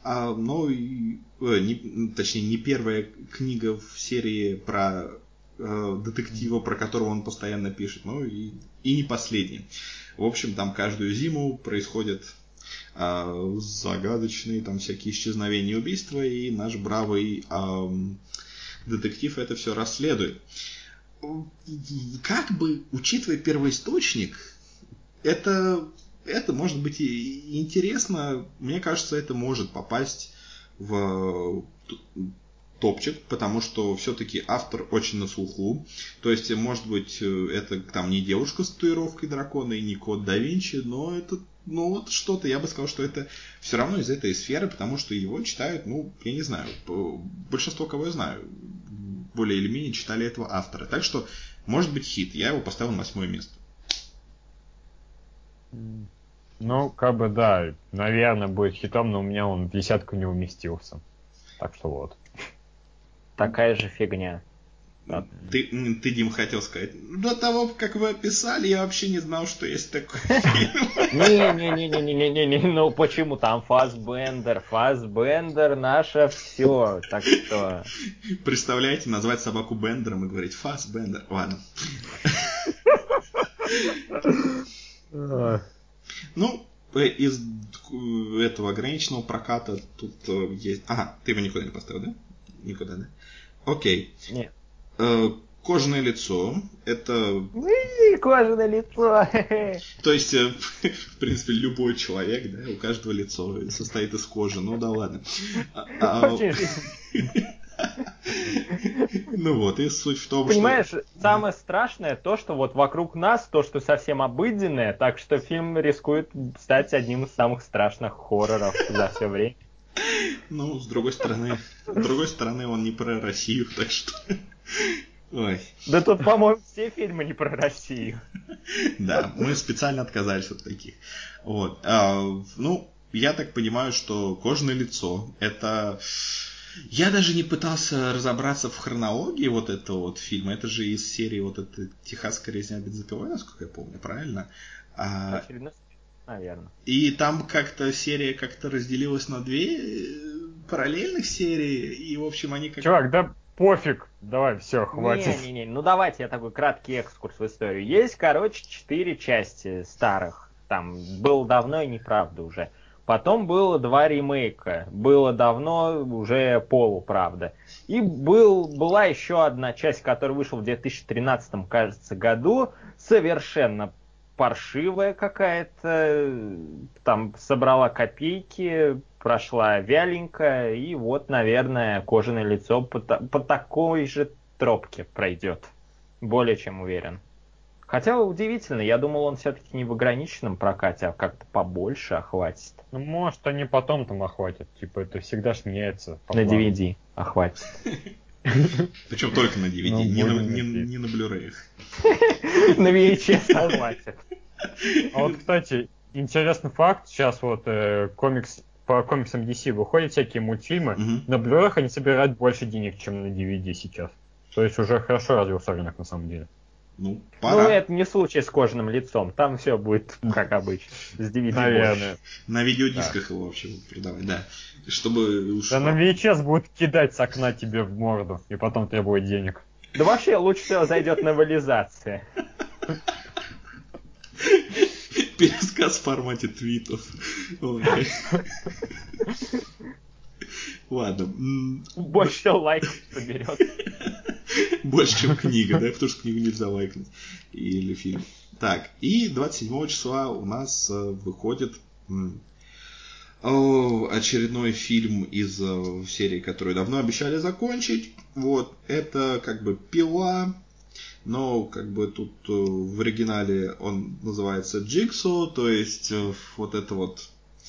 точнее, не первая книга в серии про детектива, про которого он постоянно пишет, и не последняя. В общем, там каждую зиму происходят загадочные там всякие исчезновения и убийства, и наш бравый детектив это все расследует. Учитывая первоисточник, это это может быть и интересно. Мне кажется, это может попасть в топчик, потому что все-таки автор очень на слуху. То есть, может быть, это там не девушка с татуировкой дракона и не код да Винчи, но это, ну, вот что-то, я бы сказал, что это все равно из этой сферы, потому что его читают, ну, я не знаю, большинство, кого я знаю, более или менее читали этого автора. Так что, может быть, хит. Я его поставил на 8 место. Ну, как бы, да, наверное, будет хитом, но у меня он в десятку не уместился. Так что вот. Такая же фигня. Ты, Дим, хотел сказать, до того, как вы описали, я вообще не знал, что есть такой фильм. Не-не-не-не-не-не-не, ну почему? Там Фассбендер наше все, так что... Представляете, назвать собаку Бендером и говорить Фассбендер, ладно. Ну, из этого ограниченного проката тут есть... Ага, ты его никуда не поставил, да? Никуда, да? Окей. Нет. Кожаное лицо. Это... Кожаное лицо. То есть, в принципе, любой человек, да, у каждого лицо состоит из кожи. Ну да ладно. Ну вот, и суть в том, понимаешь, что... самое страшное то, что вот вокруг нас, то, что совсем обыденное, так что фильм рискует стать одним из самых страшных хорроров за все время. Ну, с другой стороны, он не про Россию, так что... Ой. Да тут, по-моему, все фильмы не про Россию. Да, мы специально отказались от таких. Вот. Ну, я так понимаю, что кожаное лицо — это... Я даже не пытался разобраться в хронологии вот этого вот фильма. Это же из серии вот этой «Техасская резня бензопилой», насколько я помню, правильно? Очередной, наверное. И там как-то серия как-то разделилась на две параллельных серии, и, в общем, они как... Чувак, да пофиг, давай, все, хватит. Не-не-не, ну давайте я такой краткий экскурс в историю. Есть, короче, 4 части старых. Там было давно и неправда уже. Потом было 2 ремейка. Было давно, уже полуправда. И была еще одна часть, которая вышла в 2013, кажется, году. Совершенно паршивая какая-то. Там собрала копейки, прошла вяленько. И вот, наверное, кожаное лицо по такой же тропке пройдет. Более чем уверен. Хотя удивительно, я думал, он все-таки не в ограниченном прокате, а как-то побольше охватит. Ну, может, они потом там охватят. Типа, это всегда ж меняется. На DVD охватит. Причем только на DVD, не на Blu-ray. На VHS охватит. А вот, кстати, интересный факт. Сейчас вот по комиксам DC выходят всякие мультфильмы. На Blu-ray они собирают больше денег, чем на DVD сейчас. То есть уже хорошо развился рынок на самом деле. Ну, пора. Ну, это не случай с кожаным лицом. Там все будет как обычно. С DVD больше. На видеодисках его вообще будут продавать, да. Чтобы... Да на VHS будут кидать с окна тебе в морду. И потом требовать денег. Да вообще лучше всего зайдет новелизация. Пересказ в формате твитов. Ладно. Больше всего лайков соберет. Больше, чем книга, да? Потому что книгу нельзя лайкнуть. Или фильм. Так, и 27 числа у нас выходит очередной фильм из серии, которую давно обещали закончить. Вот, это как бы «Пила», но как бы тут в оригинале он называется «Джигсо», то есть вот это вот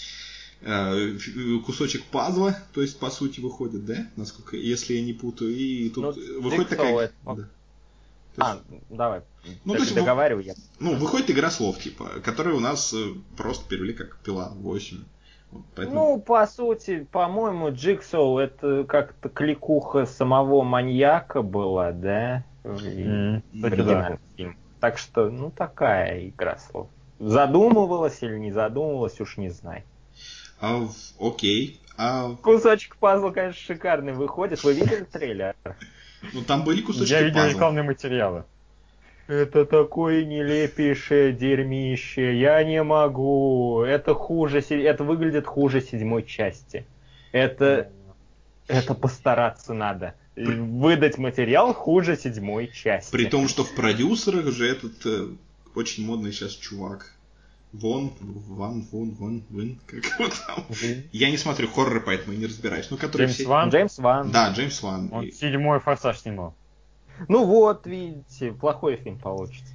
кусочек пазла, то есть по сути выходит, да, насколько, если я не путаю, и тут выходит такая... Да. Давай. Ну, то есть договариваю я. Ну, выходит игра слов, типа, которую у нас просто перевели как «Пила 8». Вот, поэтому... Ну, по сути, по-моему, Jigsaw это как-то кликуха самого маньяка была, да? Оригинальный фильм. Так что, ну, такая игра слов. Задумывалась или не задумывалась, уж не знаю. Окей. Кусочек пазла, конечно, шикарный выходит. Вы видели трейлер? Ну, там были кусочки пазла. Я видел рекламные материалы. Это такое нелепейшее дерьмище. Я не могу. Это хуже. Это выглядит хуже 7 части. Это постараться надо. Выдать материал хуже 7 части. При том, что в продюсерах же этот очень модный сейчас чувак. Вин, как его там. Я не смотрю хорроры, поэтому я не разбираюсь. Ну, который Джеймс Ван? Джеймс Ван. Да, Джеймс Ван. Он 7-й «Форсаж» снимал. Ну вот, видите, плохой фильм получится.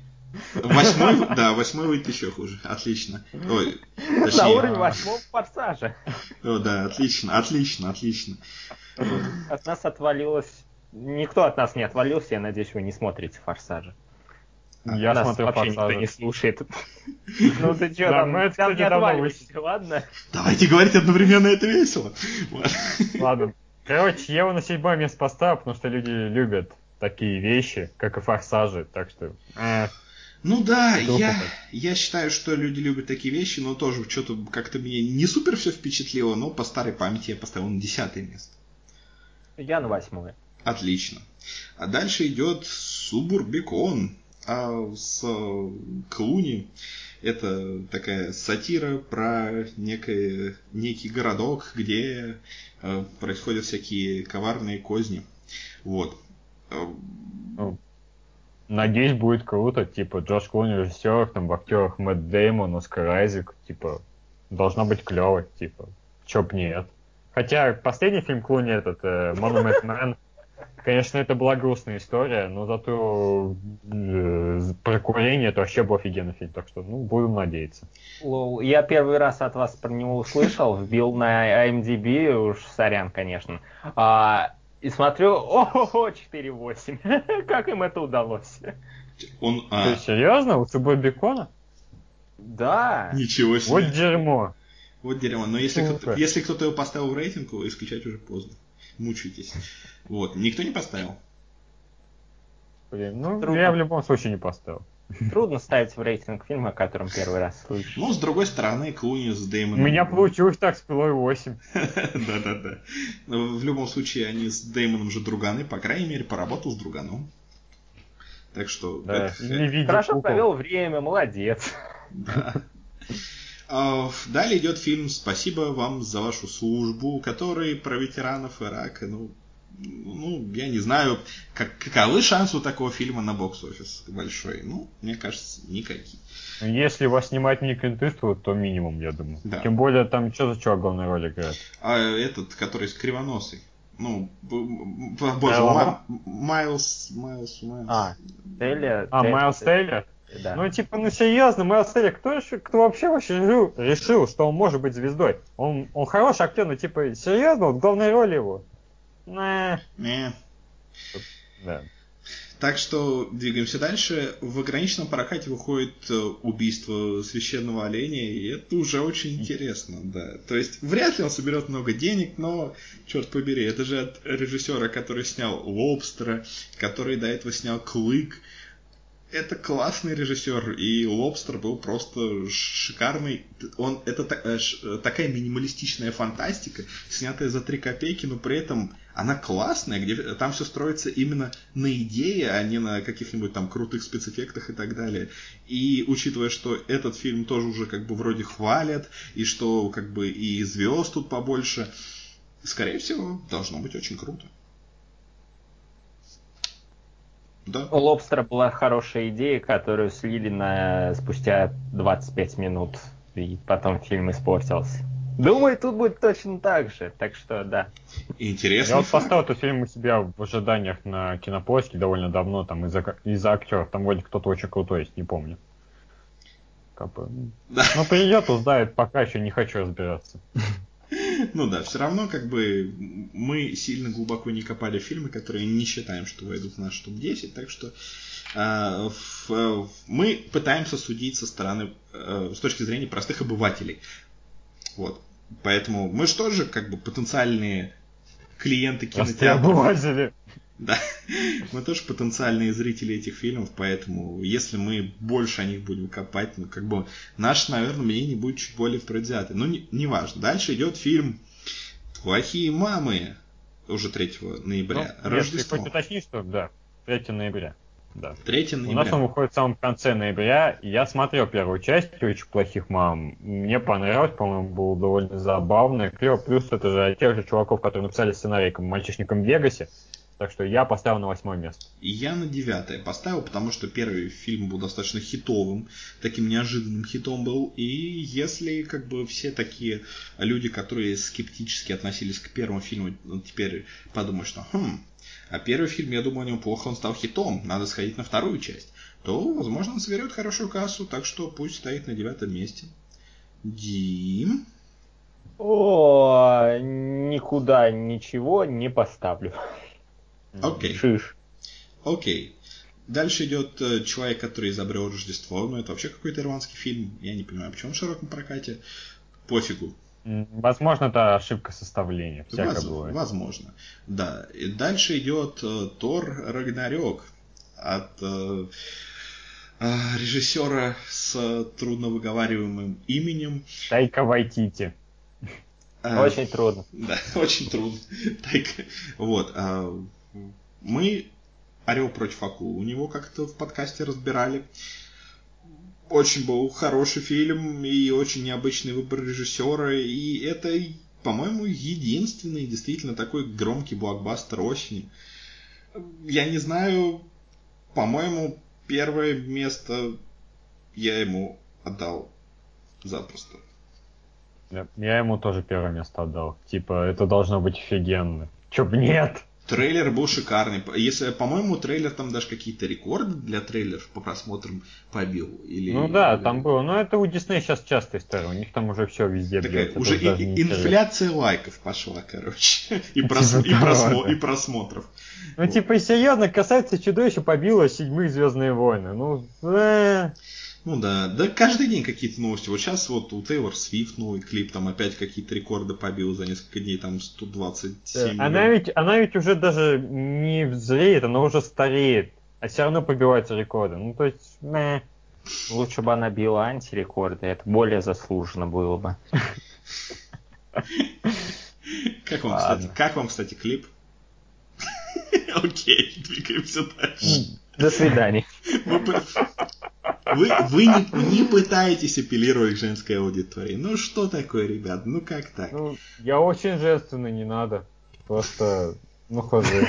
8 выйдет еще хуже. Отлично. Ой, На уровень 8-го «Форсажа». О, да, отлично. От нас отвалилось... Никто от нас не отвалился, я надеюсь, вы не смотрите «Форсажа». Я нас смотрю вообще «Форсажа». никто не слушает. Ну ты что там, мы, там кстати, не давно отваливайся, ладно? Давайте говорить одновременно, это весело. Ладно. Короче, я его на 7-е место поставил, потому что люди любят такие вещи, как и «Форсажи», так что... Ну да, я считаю, что люди любят такие вещи, но тоже что-то как-то мне не супер все впечатлило, но по старой памяти я поставил на 10-е место. Я на 8-е. Отлично. А дальше идет Субурбикон с Клуни. Это такая сатира про некий городок, где происходят всякие коварные козни. Вот. Надеюсь, будет круто, типа, Джош Клуни режиссер, там в актерах Мэтт Дэймон, Оскар Айзек, типа, должно быть клево, типа, чё б нет. Хотя последний фильм Клуни, этот, Monument Man, конечно, это была грустная история, но зато про курение это вообще был офигенный фильм, так что, ну, будем надеяться. Я первый раз от вас про него услышал, вбил на IMDb, уж сорян, конечно, и смотрю, ого-го, 4.8. Как им это удалось? Ты серьезно? У Субурбикона? Да. Ничего себе. Вот дерьмо. Вот дерьмо. Но если кто-то его поставил в рейтинг, исключать уже поздно. Мучаетесь. Вот. Никто не поставил? Блин, ну я в любом случае не поставил. Трудно ставить в рейтинг фильма, о котором первый раз слышишь. Ну, с другой стороны, Клуни с Дэймоном... У меня получилось так с «Пилой 8». Да-да-да. В любом случае, они с Дэймоном же друганы, по крайней мере, поработал с друганом. Так что... Да. Хорошо провел время, молодец. Да. Далее идет фильм «Спасибо вам за вашу службу», который про ветеранов Ирака. Ну, я не знаю, каковы шансы у такого фильма на бокс-офис большой. Ну, мне кажется, никакие. Если его снимать не Клинт Иствуд, то минимум, я думаю. Да. Тем более, там что за чувак главную роль играет? Этот, который с кривоносой. Ну, боже, Майлз. Тейлор. Майлз Тейлор? Да. Ну, типа, ну серьезно, Майлз Тейлор, кто вообще решил, что он может быть звездой? Он хороший актер, но типа, серьезно, вот главная роль его. Не. Да. Так что двигаемся дальше. В ограниченном прокате выходит «Убийство священного оленя», и это уже очень интересно, да. То есть вряд ли он соберет много денег, но, черт побери, это же от режиссера, который снял «Лобстера», который до этого снял «Клык». Это классный режиссер, и «Лобстер» был просто шикарный. Это такая минималистичная фантастика, снятая за 3 копейки, но при этом она классная, где там все строится именно на идее, а не на каких-нибудь там крутых спецэффектах и так далее. И учитывая, что этот фильм тоже уже как бы вроде хвалят, и что как бы и звезд тут побольше, скорее всего, должно быть очень круто. Да. У «Лобстера» была хорошая идея, которую слили спустя 25 минут, и потом фильм испортился. Думаю, тут будет точно так же, так что да. Интересно. Я вот поставил этот фильм у себя в ожиданиях на Кинопоиске довольно давно, там из-за актеров, там вроде кто-то очень крутой есть, не помню. Да. Ну, придет, узнает, пока еще не хочу разбираться. Ну да, все равно как бы мы сильно глубоко не копали в фильмы, которые не считаем, что войдут в наш топ-10, так что мы пытаемся судить со стороны, с точки зрения простых обывателей. Вот. Поэтому мы же тоже как бы потенциальные клиенты кинотеатров. Обыватели. Да, мы тоже потенциальные зрители этих фильмов, поэтому если мы больше о них будем копать, ну как бы наше, наверное, мнение будет чуть более предвзятое. Но не важно. Дальше идет фильм «Плохие мамы», уже 3 ноября. Ну, Рождество. Если хоть уточнить, что да, 3 ноября. Да. 3 ноября. У нас он выходит в самом конце ноября. Я смотрел первую часть «Очень плохих мам». Мне понравилось, по-моему, было довольно забавно. Клево. Плюс это же от тех же чуваков, которые написали сценарий к «Мальчишникам в Вегасе». Так что я поставил на 8 место. И я на 9 поставил, потому что первый фильм был достаточно хитовым, таким неожиданным хитом был. И если как бы все такие люди, которые скептически относились к первому фильму, теперь подумают, что а первый фильм, я думаю, о нем плохо, он стал хитом, надо сходить на вторую часть, то, возможно, он соберет хорошую кассу, так что пусть стоит на 9 месте. Дим? О, никуда ничего не поставлю. Окей. Шиш. Окей. Дальше идет человек, который изобрел Рождество. Ну, это вообще какой-то ирландский фильм. Я не понимаю, почему он в широком прокате. Пофигу. Возможно, это ошибка составления. Возможно. Да. И дальше идет Тор Рагнарёк от режиссера с трудновыговариваемым именем. Тайка Вайтити. Очень трудно. Да, очень трудно. Вот. Мы «Орел против акул» у него как-то в подкасте разбирали. Очень был хороший фильм и очень необычный выбор режиссера. И это, по-моему, единственный действительно такой громкий блокбастер осени. Я не знаю, по-моему, первое место я ему отдал запросто. Я ему тоже первое место отдал. Типа, это должно быть офигенно. Чё б нет? Трейлер был шикарный. Если, по-моему, трейлер там даже какие-то рекорды для трейлеров по просмотрам побил. Ну да, там было. Но это у Disney сейчас частая история. У них там уже все везде бьется. Уже инфляция лайков пошла, короче. И просмотров. Ну, типа, серьезно, касается чудовища побило 7 Звездные войны. Ну да, каждый день какие-то новости. Вот сейчас вот у Тейлор Свифт новый клип, там опять какие-то рекорды побил за несколько дней, там 127 миллионов. Она ведь уже даже не взреет, она уже стареет, а все равно побиваются рекорды. Ну, то есть, Лучше бы она била антирекорды, это более заслуженно было бы. Как вам, кстати, клип? Окей, двигаемся дальше. До свидания. Вы не пытаетесь апеллировать к женской аудитории. Ну что такое, ребят? Ну как так? Ну, я очень женственный, не надо. Просто, хожу.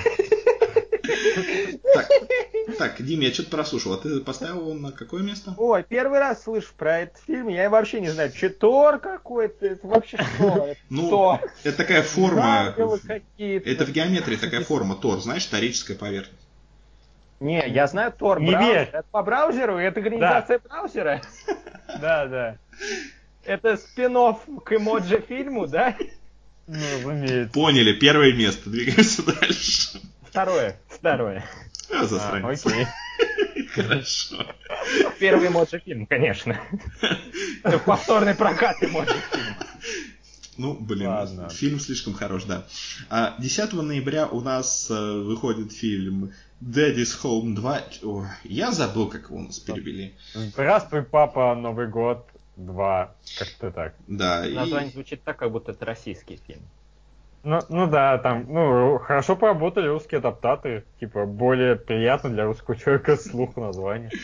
Так, Дим, я что-то прослушал. А ты поставил его на какое место? Ой, первый раз слышу про этот фильм. Я вообще не знаю, Тор какой-то. Это вообще что? Ну, это такая форма. Это в геометрии такая форма. Тор, знаешь, торическая поверхность. Не, я знаю Тор браузер. Это по браузеру? Это организация браузера? Да. Это спин-офф к эмоджи-фильму, да? Ну, разумеется. Поняли, первое место. Двигаемся дальше. Второе. Засранец. Окей. Хорошо. Первый эмоджи-фильм, конечно. Повторный прокат эмоджи-фильма. Ну, блин, ладно. Фильм слишком хорош, да. 10 ноября у нас выходит фильм Daddy's Home 2. Ой, я забыл, как его у нас перевели. Здравствуй, папа, Новый год 2. Как-то так. Да. Название звучит так, как будто это российский фильм. Ну да, там, хорошо поработали русские адаптаторы. Типа, более приятно для русского человека слух название.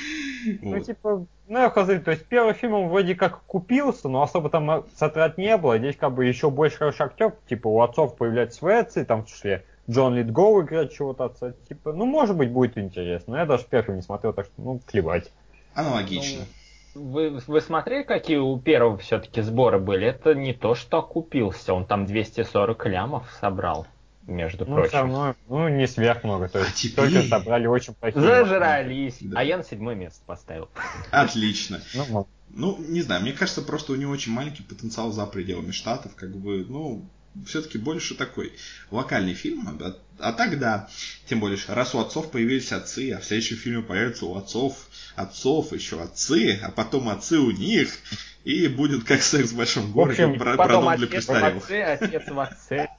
Я хз, то есть первый фильм он вроде как купился, но особо там затрат не было. Здесь как бы еще больше хороший актер, типа у отцов появляются свои отцы, там в числе Джон Литгоу играет чего-то отца. Типа, может быть, будет интересно. Но я даже первый не смотрел, так что, плевать. Аналогично. Вы смотрели, какие у первого все-таки сборы были? Это не то, что окупился, он там 240 лямов собрал, между прочим. Не сверх много, то есть только собрали очень плохие. Зажрались, да. А я на 7 место поставил. Отлично. Не знаю, мне кажется, просто у него очень маленький потенциал за пределами Штатов, все-таки больше такой локальный фильм, а так да, тем более, раз у отцов появились отцы, а в следующем фильме появятся у отцов еще отцы, а потом отцы у них, и будет как «Секс в большом городе», про дом для престарелых. Отец в отце.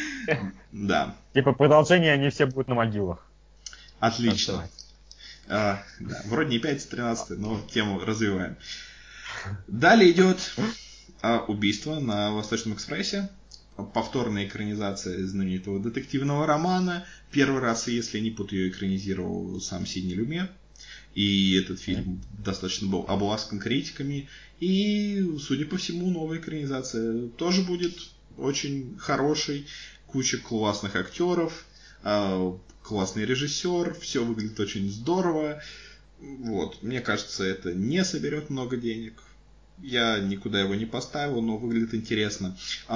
Да. Типа продолжение, они все будут на могилах. Отлично. Да, вроде не 5-13, но тему развиваем. Далее идет «Убийство на Восточном экспрессе». Повторная экранизация знаменитого детективного романа. Первый раз, если не путаю, ее экранизировал сам Сидни Люме. И этот фильм достаточно был обласкан критиками. И, судя по всему, новая экранизация тоже будет очень хорошей. Куча классных актеров. Классный режиссер, все выглядит очень здорово. Вот, мне кажется, это не соберет много денег. Я никуда его не поставил, но выглядит интересно.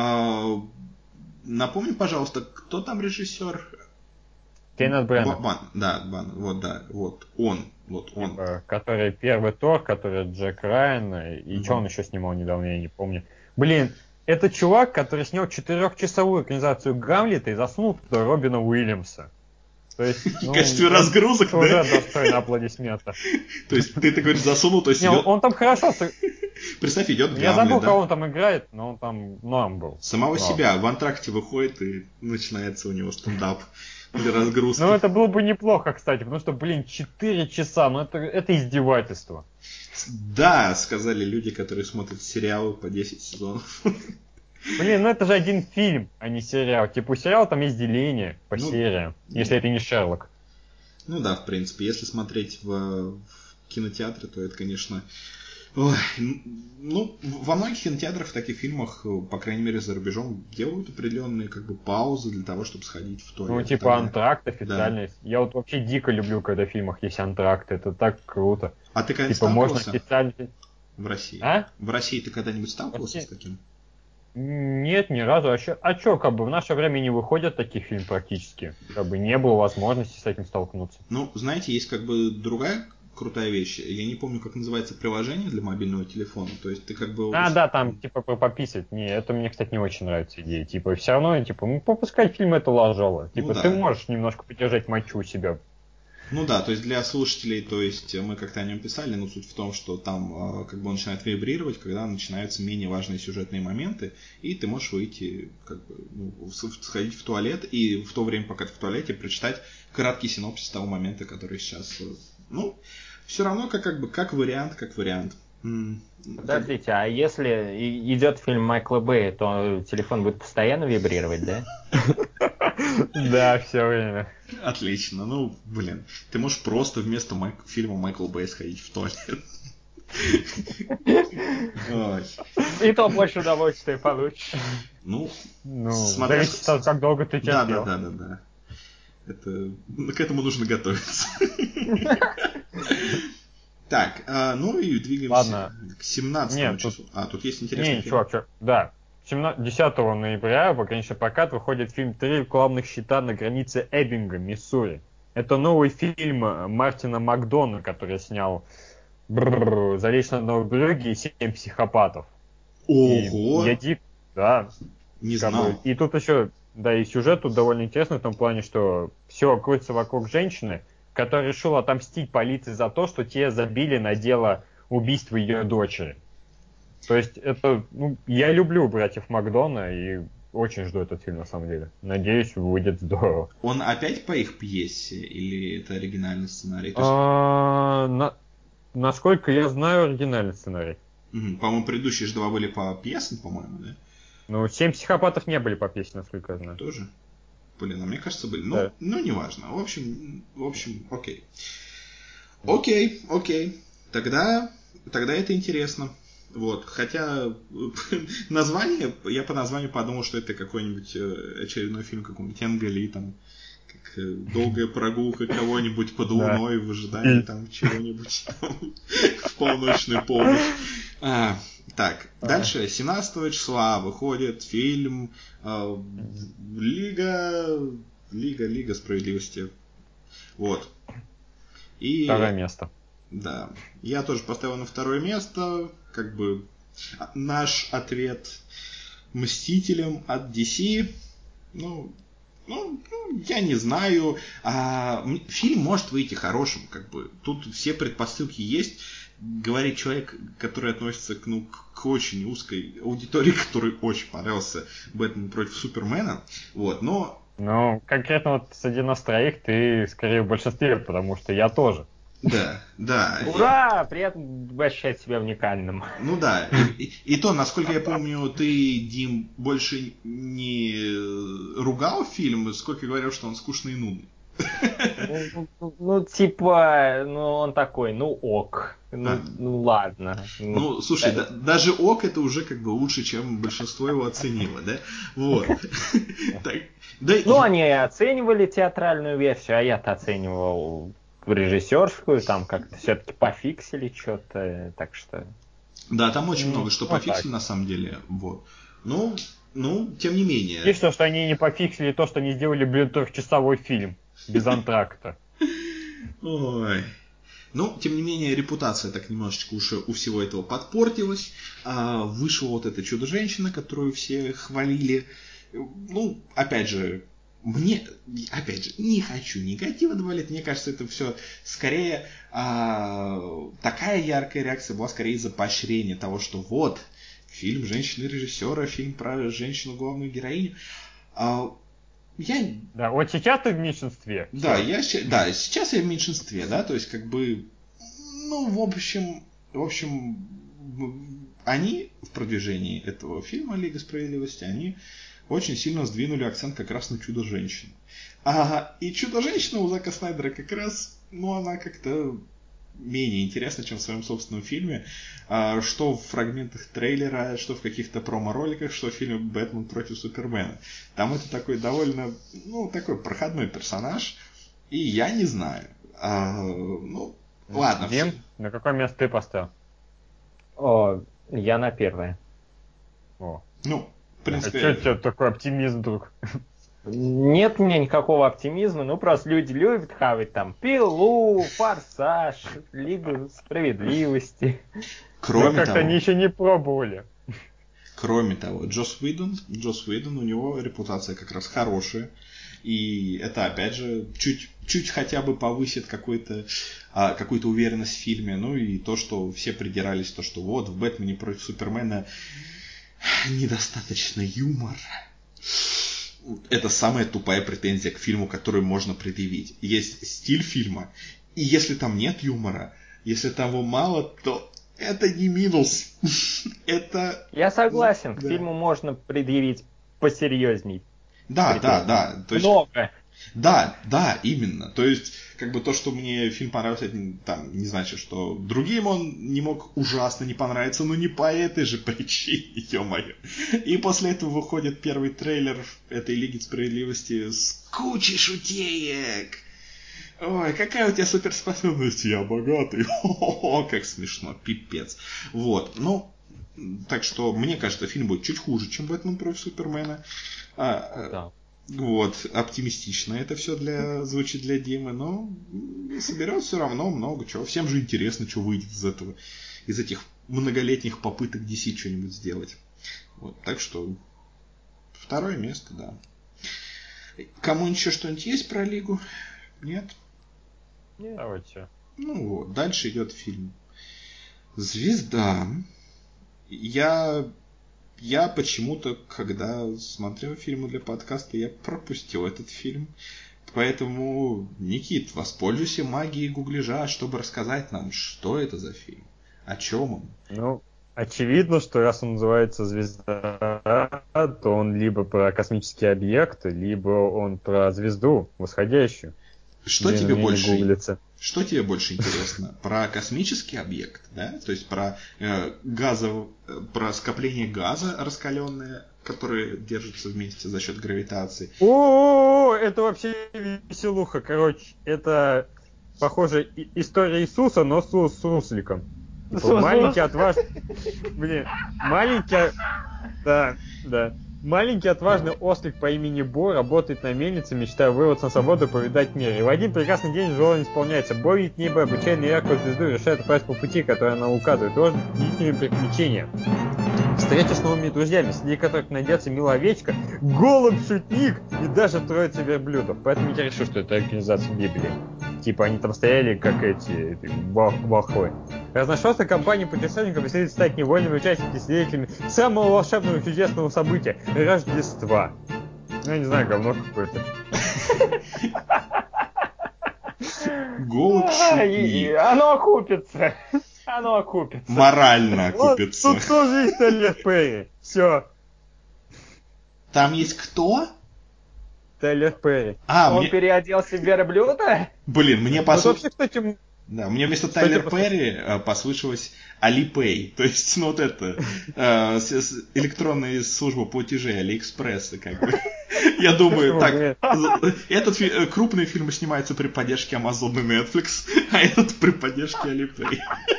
Напомни, пожалуйста, кто там режиссер? Кеннет Брана. Вот он. Типа, который первый Тор, который Джек Райан, и что он еще снимал недавно, я не помню. Блин, это чувак, который снял 4-часовую экранизацию Гамлета и засунул туда Робина Уильямса. То есть, в качестве разгрузок, да? Уже достойно аплодисмента. То есть, ты говоришь, засунул, то есть... Не, он там хорошо... Представь, идет Гамлет, я забыл, кого он там играет, но он там норм был. Самого себя в антракте выходит, и начинается у него стендап для разгрузки. Ну, это было бы неплохо, кстати, потому что, 4 часа, ну это издевательство. Да, сказали люди, которые смотрят сериалы по 10 сезонов. Блин, ну это же один фильм, а не сериал. Типа у сериала там есть деление по сериям, если это не Шерлок. Ну да, в принципе, если смотреть в кинотеатре, то это, конечно... Ой, ну, во многих кинотеатрах в таких фильмах, по крайней мере, за рубежом, делают определенные паузы для того, чтобы сходить в туалет. Ну, типа антракт официальный. Да. Я вот вообще дико люблю, когда в фильмах есть антракт. Это так круто. А ты когда-нибудь сталкивался? Можно официально... В России? А? В России ты когда-нибудь сталкивался с таким? Нет, ни разу. А чё, в наше время не выходят таких фильмов практически. Не было возможности с этим столкнуться. Ну, знаете, есть другая крутая вещь. Я не помню, как называется приложение для мобильного телефона. То есть ты да, там пописать. Не, это мне, кстати, не очень нравится идея. Типа, все равно, попускать фильм это ложало. Типа, ты можешь немножко подержать мочу у себя. Ну да, то есть для слушателей, то есть мы как-то о нем писали, но суть в том, что там он начинает вибрировать, когда начинаются менее важные сюжетные моменты, и ты можешь выйти, сходить в туалет, и в то время, пока ты в туалете, прочитать краткий синопсис того момента, который сейчас... Ну, все равно как вариант. Подождите, а если идет фильм Майкла Бэя, то телефон будет постоянно вибрировать, да? Да, все время. Отлично. Ну, блин, ты можешь просто вместо фильма Майкла Бэя сходить в туалет. И то больше удовольствия получишь. Ну, зависит от того, как долго ты терпел. Да. К этому нужно готовиться. Так, ну и двигаемся к 17 числу. Тут есть интересный фильм. Чувак, да. 10 ноября в ограниченный прокат выходит фильм «Три главных щита на границе Эббинга, Миссури». Это новый фильм Мартина Макдона, который снял «Залечь на дно брюги» и «7 психопатов». Ого! Да. Не знал. И тут еще, да, и сюжет тут довольно интересный в том плане, что все крутится вокруг женщины, которая решила отомстить полиции за то, что те забили на дело убийства ее дочери. То есть это, я люблю братьев Макдона и очень жду этот фильм на самом деле. Надеюсь, выйдет здорово. Он опять по их пьесе или это оригинальный сценарий? Насколько я знаю, оригинальный сценарий. По-моему, предыдущие же два были по пьесам, по-моему, да? 7 психопатов не были по пьесе, насколько я знаю. Тоже? Блин, мне кажется, были. Да. Ну, неважно. В общем, окей. Окей. Тогда это интересно. Вот. Хотя я по названию подумал, что это какой-нибудь очередной фильм какого-нибудь Энга Ли, там, как долгая прогулка кого-нибудь под луной в ожидании там чего-нибудь в полночную полночь. Так, дальше, 17 числа выходит фильм Лига справедливости. Вот. И, второе место. Да. Я тоже поставил на второе место. Наш ответ Мстителям от DC. Я не знаю. Фильм может выйти хорошим. Тут все предпосылки есть. Говорит человек, который относится к очень узкой аудитории, которой очень понравился «Бэтмен против Супермена». Вот, но... Конкретно среди нас троих ты скорее в большинстве, потому что я тоже. Да. Ура! Приятно ощущать себя уникальным. Ну да. И то, насколько я помню, ты, Дим, больше не ругал фильм, сколько говорил, что он скучный и нудный. он такой, ок. Ладно. Слушай, даже ок это уже как бы лучше, чем большинство его оценило, да? Вот. Они оценивали театральную версию, а я-то оценивал режиссерскую, там как-то все-таки пофиксили что-то, так что... Да, там очень много что пофиксили на самом деле, вот. Тем не менее... И что они не пофиксили то, что они сделали, 3-часовой фильм без антракта. Ой... тем не менее, репутация так немножечко уже у всего этого подпортилась. Вышла вот эта чудо-женщина, которую все хвалили. Опять же, не хочу негатива добавлять. Мне кажется, это все скорее такая яркая реакция была скорее из-за поощрения того, что вот, фильм женщины-режиссера, фильм про женщину-главную героиню. Да, вот сейчас ты в меньшинстве. Сейчас я в меньшинстве, да, то есть как бы, в общем, они в продвижении этого фильма «Лига справедливости», они очень сильно сдвинули акцент как раз на Чудо-женщину. И Чудо-женщина у Зака Снайдера как раз, она как-то менее интересна, чем в своем собственном фильме. Что в фрагментах трейлера, что в каких-то промо-роликах, что в фильме «Бэтмен против Супермена». Там это такой довольно, такой проходной персонаж. И я не знаю. Ладно. Дим, на какое место ты поставил? Я на первое. В принципе... А что у тебя такой оптимизм вдруг? Нет у меня никакого оптимизма, просто люди любят хавать там Пилу, Форсаж, Лигу справедливости. Кроме того, они еще не пробовали. Кроме того, Джосс Уидон, у него репутация как раз хорошая. И это, опять же, чуть хотя бы повысит какую-то уверенность в фильме. И то, что все придирались, то, что вот в «Бэтмене против Супермена» недостаточно юмора. Это самая тупая претензия к фильму, которую можно предъявить. Есть стиль фильма, и если там нет юмора, если там его мало, то это не минус. Это... Я согласен, к фильму можно предъявить посерьезней. Да. То есть... Много. Да, именно. То есть, как бы то, что мне фильм понравился, там, не значит, что другим он не мог ужасно не понравиться, но не по этой же причине, ё-моё. И после этого выходит первый трейлер этой Лиги справедливости с кучей шутеек. Ой, какая у тебя суперспособность, я богатый. О, как смешно, пипец. Вот, так что, мне кажется, фильм будет чуть хуже, чем «Бэтмен против Супермена». Да. Вот, оптимистично это все звучит для Димы, но соберет все равно много чего. Всем же интересно, что выйдет из этих многолетних попыток DC что-нибудь сделать. Вот, так что второе место, да. Кому-нибудь еще что-нибудь есть про Лигу? Нет? Нет. Давайте. Вот, дальше идет фильм «Звезда». Я почему-то, когда смотрел фильмы для подкаста, я пропустил этот фильм. Поэтому, Никит, воспользуйся магией гугляжа, чтобы рассказать нам, что это за фильм, о чем он. Очевидно, что раз он называется «Звезда», то он либо про космический объект, либо он про звезду восходящую. Что тебе больше интересно? Про космический объект, да? То есть про про скопление газа раскаленное, которое держится вместе за счет гравитации. Это вообще веселуха. Короче, это похоже история Иисуса, но с сусликом. Маленький отважный... Маленький отважный ослик по имени Бо работает на мельнице, мечтая вырваться на свободу и повидать мир. И в один прекрасный день желание исполняется. Бо видит небо, обучает яркую звезду и решает отправиться по пути, который она указывает. Должен длительными приключения. Встреча с новыми друзьями, среди которых найдется милая овечка, голубь-шутник и даже троица верблюдов. Поэтому я решил, что это организация Библии. Типа они там стояли, как эти бахлы. Разношерстная компания путешественников следует стать невольными участниками, свидетелями самого волшебного и чудесного события – Рождества. Я не знаю, говно какое-то. Голубь-шутник. Оно окупится. Морально окупится. Тут тоже есть Тайлер Перри. Все. Там есть кто? Тайлер Перри. Он переоделся в верблюда? Блин, мне послышалось... кстати... Да, мне вместо Тайлер Перри послышалось Alipay. То есть, ну вот это, электронная служба платежей Алиэкспресса, как бы. Я думаю, так, этот крупные фильмы снимаются при поддержке Amazon и Netflix, а этот при поддержке Alipay.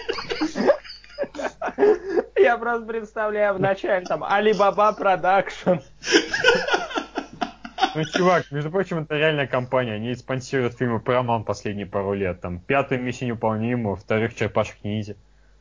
Я просто представляю вначале там Alibaba Production. Ну, чувак, между прочим, это реальная компания. Они спонсируют фильмы Paramount последние пару лет. Там, 5-й «Миссия невыполнима», 2-х «Черепашек-ниндзя».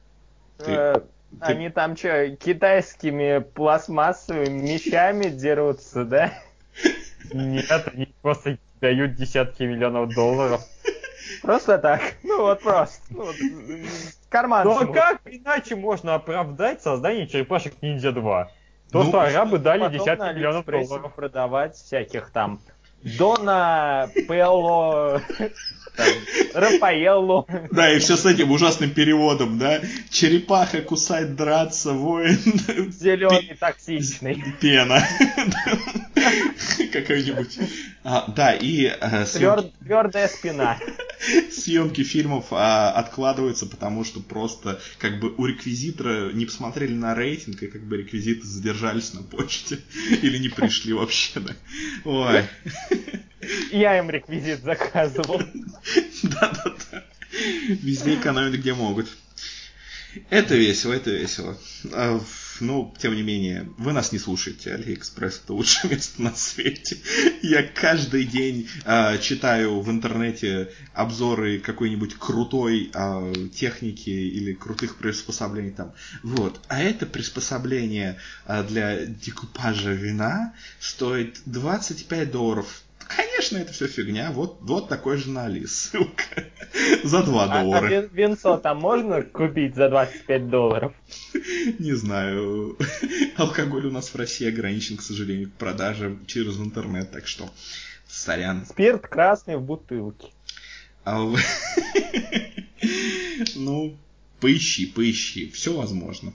Они там что, китайскими пластмассовыми мечами дерутся, да? Нет, они просто дают десятки миллионов долларов. Просто так? Ну вот просто. Карман. Ну а как иначе можно оправдать создание «Черепашек-ниндзя 2»? То, что арабы дали десятки миллионов долларов. Продавать всяких там Дона, Пелло, Рафаэлло. Да, и все с этим ужасным переводом, да? Черепаха кусает, драться, воин. Зеленый, токсичный. Пена. Какой-нибудь. Да, и... Твердая спина. Съемки фильмов откладываются, потому что просто как бы у реквизитора не посмотрели на рейтинг, и как бы реквизиты задержались на почте. Или не пришли вообще, да. Ой. Я им реквизит заказывал. Да. Везде экономят, где могут. Это весело. Но, тем не менее, вы нас не слушаете. Алиэкспресс — это лучшее место на свете. Я каждый день читаю в интернете обзоры какой-нибудь крутой техники или крутых приспособлений там. Вот. А это приспособление для декупажа вина стоит $25. Конечно, это все фигня. Вот такой же на Али ссылка. За $2. А винцо там можно купить за $25? Не знаю. Алкоголь у нас в России ограничен, к сожалению, к продаже через интернет, так что сорян. Спирт красный в бутылке. Ну, поищи. Все возможно.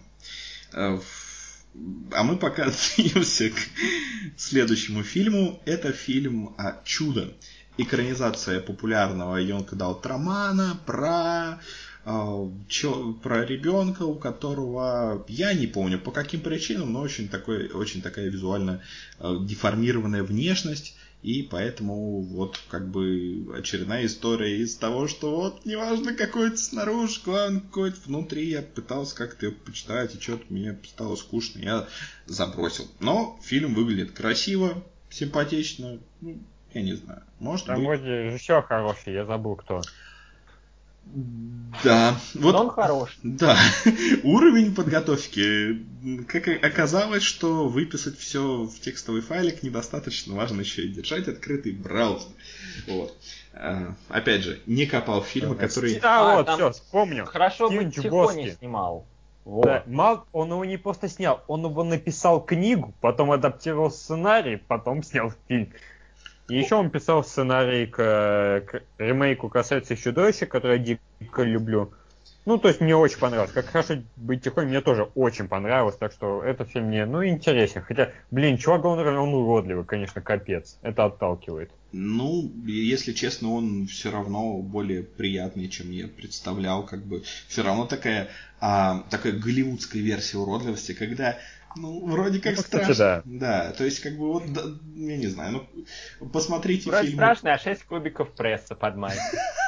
А мы пока двинемся к следующему фильму. Это фильм «Чудо». Экранизация популярного Йонка Далт-романа про ребенка, у которого, я не помню по каким причинам, но очень такая визуально деформированная внешность. И поэтому вот как бы очередная история из того, что вот неважно какой ты снаружи, главное какой ты внутри. Я пытался как-то ее почитать, и что-то мне стало скучно, я забросил. Но фильм выглядит красиво, симпатично, я не знаю, может там быть. Там вроде режиссер хороший, я забыл кто. Да, вот. Но он хорош. Да, уровень подготовки. Как оказалось, что выписать все в текстовый файлик недостаточно, важно еще и держать открытый браузер. Вот. Опять же, не копал фильмы, которые... Все, вспомнил. Хорошо бы Тихоня снимал. Вот. Да, он его не просто снял, он его написал книгу, потом адаптировал сценарий, потом снял фильм. И еще он писал сценарий к ремейку «Красавицы и чудовища», который я дико люблю. Ну, то есть мне очень понравилось. «Как хорошо быть тихой» мне тоже очень понравилось, так что этот фильм мне, интересен. Хотя, чувак, он уродливый, конечно, капец. Это отталкивает. Ну, если честно, он все равно более приятный, чем я представлял. Как бы все равно такая голливудская версия уродливости, когда... вроде как страшно. Кстати, да, то есть, как бы, вот, я не знаю, посмотрите вроде фильм. Страшно, а 6 кубиков пресса под майкой.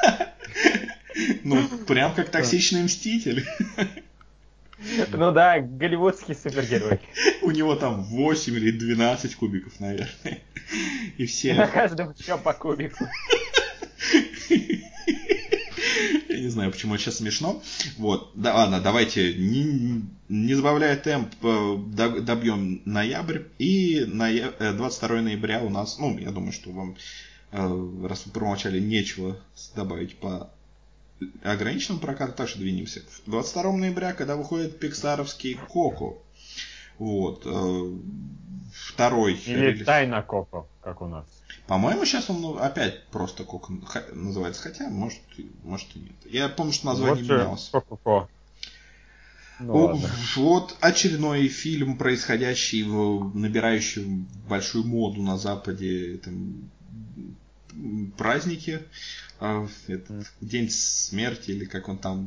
Прям как «Токсичный мститель». Ну да, голливудский супергерой. У него там 8 или 12 кубиков, наверное. И все... На каждом еще по кубику. Я не знаю, почему это сейчас смешно. Вот, да, ладно, давайте, не забавляя темп, добьем ноябрь. И 22 ноября у нас, я думаю, что вам, раз вы промолчали, нечего добавить по ограниченному прокату, так что двинемся. 22 ноября, когда выходит пиксаровский «Коко». Вот. Второй. Или релиз. «Тайна Коко», как у нас. По-моему, сейчас он опять просто «Коко» называется. Хотя, может и нет. Я помню, что название менялось. Коко. Вот очередной фильм, происходящий набирающий большую моду на Западе, там, праздники, День смерти, или как он там.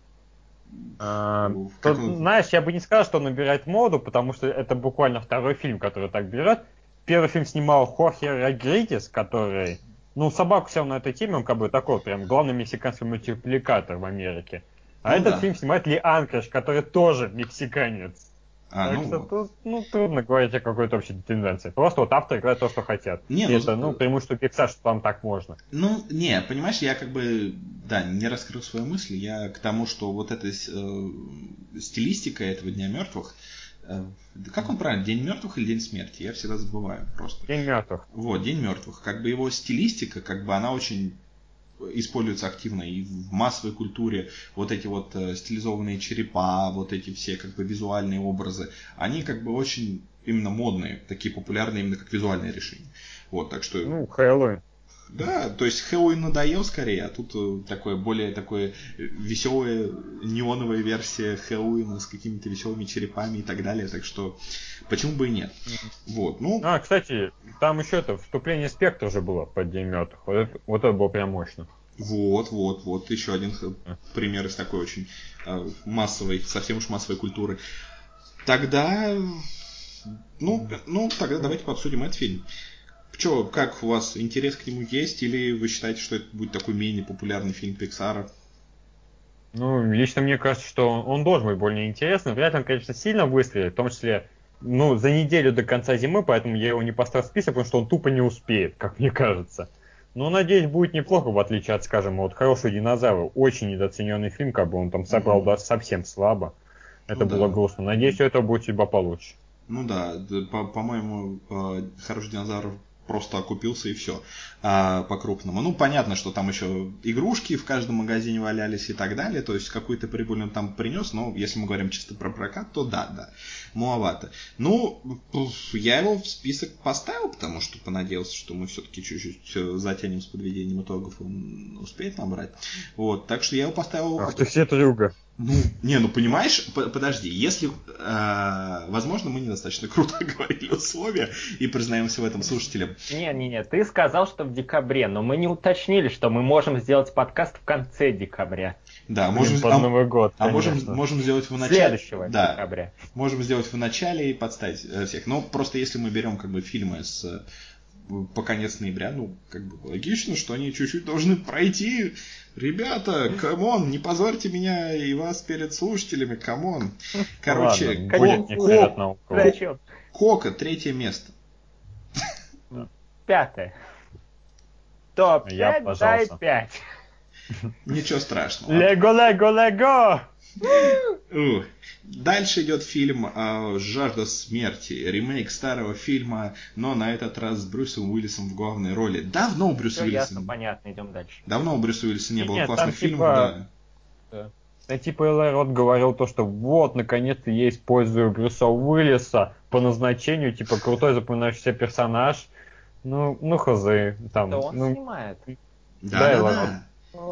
Знаешь, я бы не сказал, что он набирает моду, потому что это буквально второй фильм, который так берет. Первый фильм снимал Хорхе Родригес, который, собаку сел на этой теме, он как бы такой прям главный мексиканский мультипликатор в Америке. А этот фильм снимает Ли Анкаш, который тоже мексиканец. Так что тут, трудно говорить о какой-то общей тенденции. Просто вот авторы играют то, что хотят. Это, преимущество Pixar, что там так можно. Понимаешь, я не раскрыл свою мысль. Я к тому, что вот эта стилистика этого Дня мертвых, как он правильно, День мертвых или День смерти? Я всегда забываю просто. День мертвых. Вот, День мертвых. Как бы его стилистика, она очень используется активно и в массовой культуре. Вот эти вот стилизованные черепа, вот эти все визуальные образы, они очень именно модные, такие популярные именно как визуальные решения. Вот, так что... Хэллоуин. Да, то есть Хэллоуин надоел скорее, а тут более веселая неоновая версия Хэллоуина с какими-то веселыми черепами и так далее, так что почему бы и нет. Вот, кстати, там еще вступление Спектра уже было под День мертвых, вот это было прям мощно. Вот, еще один пример из такой очень массовой, совсем уж массовой культуры. Тогда, тогда давайте пообсудим этот фильм. Как у вас интерес к нему есть, или вы считаете, что это будет такой менее популярный фильм Пиксара? Лично мне кажется, что он должен быть более интересным. Вряд ли он, конечно, сильно выстрелит, в том числе, за неделю до конца зимы, поэтому я его не поставил в список, потому что он тупо не успеет, как мне кажется. Но, надеюсь, будет неплохо, в отличие от, скажем, «Хорошего динозавра». Очень недооцененный фильм, он там собрал совсем слабо. Это было грустно. Надеюсь, у этого будет судьба получше. По-моему, «Хороший динозавр» просто окупился и все по-крупному. Понятно, что там еще игрушки в каждом магазине валялись и так далее, то есть какую-то прибыль он там принес, но если мы говорим чисто про прокат, то да, маловато. Я его в список поставил, потому что понадеялся, что мы все-таки чуть-чуть затянем с подведением итогов, он успеет набрать. Вот, так что я его поставил... Ах ты хитрюга. Понимаешь, подожди, если, возможно, мы недостаточно круто говорили условия и признаемся в этом слушателям. Не, ты сказал, что в декабре, но мы не уточнили, что мы можем сделать подкаст в конце декабря. Да, можем под Новый год, можем сделать в начале. Следующего декабря. Можем сделать в начале и подставить всех. Но просто если мы берем фильмы по конец ноября, логично, что они чуть-чуть должны пройти. Ребята, камон, не позорьте меня и вас перед слушателями, камон. Короче, Кока, 3 место. 5. Топ-5, дай 5. Ничего страшного. Лего! Дальше идет фильм «Жажда смерти», ремейк старого фильма, но на этот раз с Брюсом Уиллисом в главной роли. Давно у Брюса Уиллиса... Ясно, понятно, идем дальше. Давно у Брюса Уиллиса не было классных фильмов, да. Элай Рот говорил то, что вот, наконец-то я использую Брюса Уиллиса по назначению, крутой запоминающийся персонаж. Хз. Там, что он снимает? Да.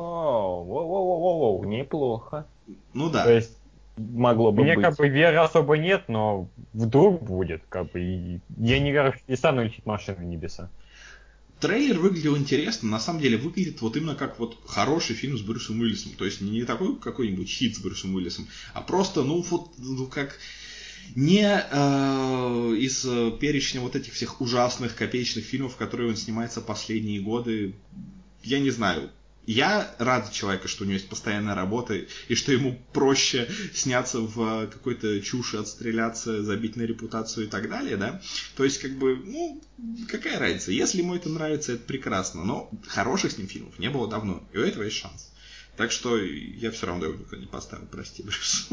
Воу, неплохо. Да. То есть, могло бы мне быть. Веры особо нет, но вдруг будет, и я не верю, что не стану лететь машины в небеса. Трейлер выглядел интересно, на самом деле выглядит именно как хороший фильм с Брюсом Уиллисом. То есть не такой какой-нибудь хит с Брюсом Уиллисом, а просто, как не из перечня этих всех ужасных копеечных фильмов, в которые он снимается последние годы. Я не знаю. Я рад человека, что у него есть постоянная работа, и что ему проще сняться в какой-то чуши, отстреляться, забить на репутацию и так далее, да. То есть, какая разница. Если ему это нравится, это прекрасно. Но хороших с ним фильмов не было давно, и у этого есть шанс. Так что я все равно его никуда не поставил, прости, Брюс.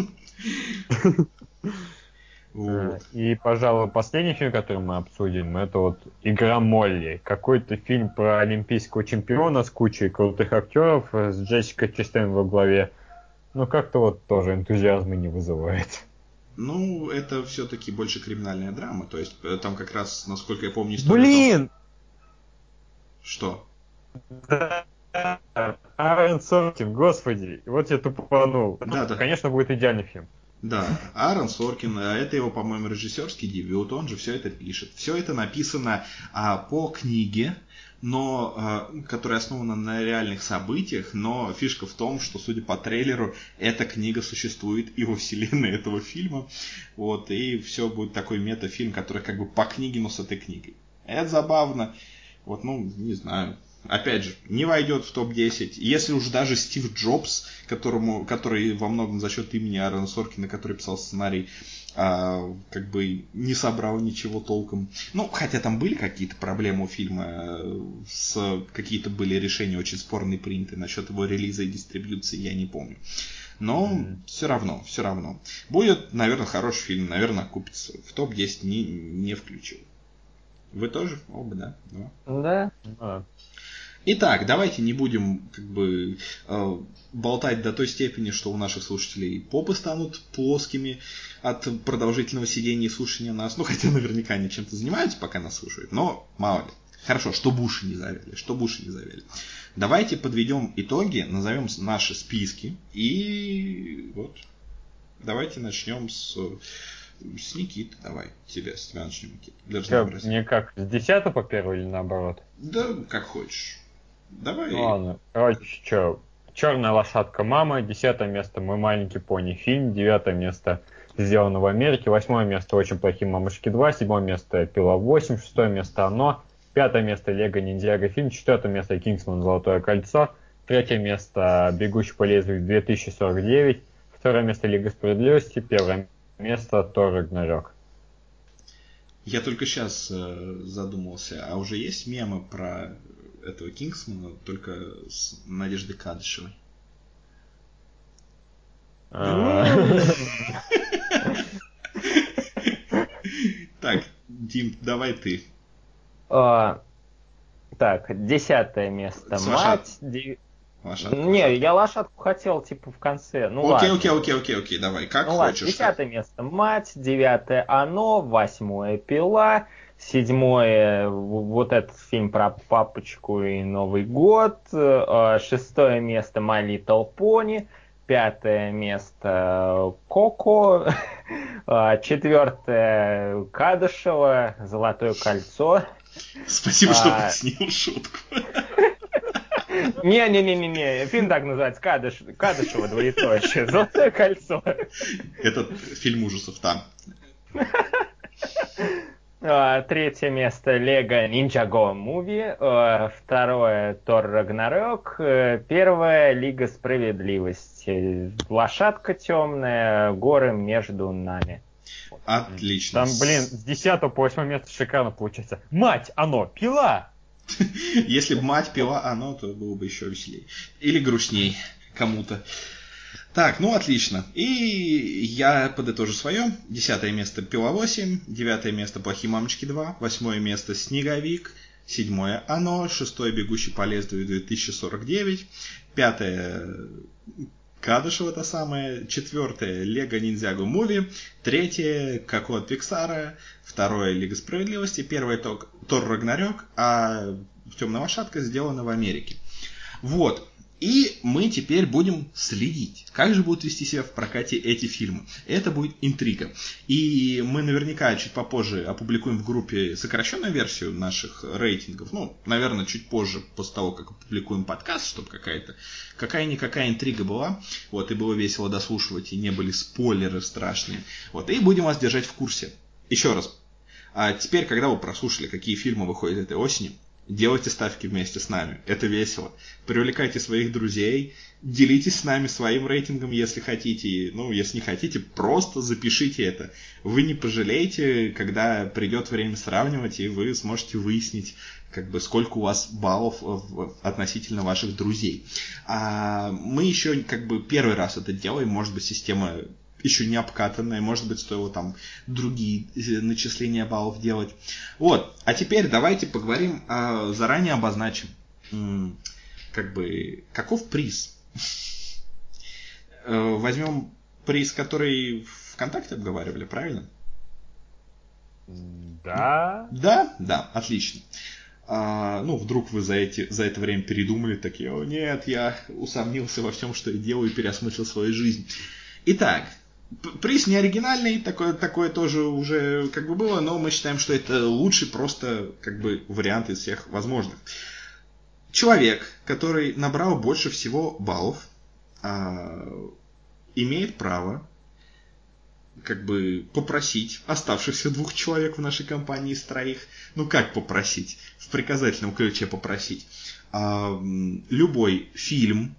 Вот. И, пожалуй, последний фильм, который мы обсудим, это «Игра Молли». Какой-то фильм про олимпийского чемпиона с кучей крутых актеров, с Джессикой Честейн во главе. Как-то тоже энтузиазма не вызывает. Это все-таки больше криминальная драма. То есть там как раз, насколько я помню, история... Блин! Что? Аарон Соркин, господи, я тупанул. Да. Конечно, будет идеальный фильм. Да, Аарон Соркин, это его, по-моему, режиссерский дебют, он же все это пишет. Все это написано по книге, которая основана на реальных событиях, но фишка в том, что, судя по трейлеру, эта книга существует и во вселенной этого фильма. Вот, и все будет такой метафильм, который как бы по книге, но с этой книгой. Это забавно. Вот, не знаю. Опять же, не войдет в топ-10. Если уж даже Стив Джобс, который во многом за счет имени Аарона Соркина, который писал сценарий, как бы не собрал ничего толком. Хотя там были какие-то проблемы у фильма, какие-то были решения очень спорные приняты насчет его релиза и дистрибьюции, я не помню. Но все равно. Будет, наверное, хороший фильм, наверное, окупится. В топ-10 не включил. Вы тоже? Оба, да? Да. Итак, давайте не будем болтать до той степени, что у наших слушателей попы станут плоскими от продолжительного сидения и слушания нас. Хотя наверняка они чем-то занимаются, пока нас слушают, но мало ли. Хорошо, чтобы уши не завяли. Давайте подведем итоги, назовем наши списки. И вот, давайте начнем с Никиты. Давай, с тебя начнем, Никита. Мне как, с 10 по 1 или наоборот? Да, как хочешь. Давай. Ладно, короче, «Черная лошадка мама», 10 место «Мой маленький пони» фильм, 9 место «Сделано в Америке», 8 место «Очень плохие мамочки 2», 7 место «Пила 8», 6 место «Оно», 5 место «Лего Ниндзяго» фильм, 4 место «Кингсман. Золотое кольцо», 3 место «Бегущий по лезвию 2049», 2 место «Лига справедливости», 1 место «Тор Рагнарёк». Я только сейчас задумался, а уже есть мемы про этого Кингсмана, только с Надеждой Кадышевой? Так, Дим, давай ты. Так, 10 место. Мать. Не, я лошадку хотел, в конце. Окей, давай, как хочешь. 10 место «Мать», 9 «Оно», 8 «Пила», 7 вот этот фильм про папочку и Новый год, 6 место «My Little Pony», 5 место «Коко», 4 «Кадышева», «Золотое кольцо». Спасибо, что пояснил шутку. Не, фильм так называется, Кадышева, двоеточие, «Золотое кольцо». Этот фильм ужасов там. 3 место «Лего Ниндзяго Муви», 2 «Тор Рагнарёк», 1 «Лига справедливости», «Лошадка темная», «Горы между нами». Отлично. Там, с 10 по 8 место шикарно получается. «Мать, оно, пила!» Если бы «Мать», «Пила», «Оно», то было бы еще веселее. Или грустней кому-то. Так, отлично. И я подытожу свое. 10 место «Пила 8», 9 место «Плохие мамочки 2», 8 место «Снеговик», 7 «Оно», 6 «Бегущий по лезвию 2049», 5 Кадышева, та самая, 4 «Лего Ниндзяго Муви», 3 «Коко» от Пиксара, 2 «Лига справедливости», 1 «Тор Рагнарёк», а «Темная лошадка» сделана в Америке. Вот. И мы теперь будем следить, как же будут вести себя в прокате эти фильмы. Это будет интрига. И мы наверняка чуть попозже опубликуем в группе сокращенную версию наших рейтингов. Наверное, чуть позже, после того, как опубликуем подкаст, чтобы какая-никакая интрига была. Вот, и было весело дослушивать, и не были спойлеры страшные. Вот, и будем вас держать в курсе. Еще раз. А теперь, когда вы прослушали, какие фильмы выходят этой осенью, делайте ставки вместе с нами. Это весело. Привлекайте своих друзей. Делитесь с нами своим рейтингом, если хотите. Если не хотите, просто запишите это. Вы не пожалеете, когда придет время сравнивать, и вы сможете выяснить, сколько у вас баллов относительно ваших друзей. А мы еще первый раз это делаем. Может быть, система еще не обкатанная, может быть, стоило там другие начисления баллов делать. Вот, а теперь давайте поговорим, заранее обозначим, каков приз. Возьмем приз, который ВКонтакте обговаривали, правильно? Да. Да, отлично. Вдруг вы за это время передумали, такие: о нет, я усомнился во всем, что я делаю, и переосмыслил свою жизнь. Итак, Приз не оригинальный, такое тоже уже как бы было, но мы считаем, что это лучший просто как бы вариант из всех возможных. Человек, который набрал больше всего баллов, имеет право как бы попросить оставшихся 2 человек в нашей компании из 3, ну как попросить? В приказательном ключе попросить. Любой фильм,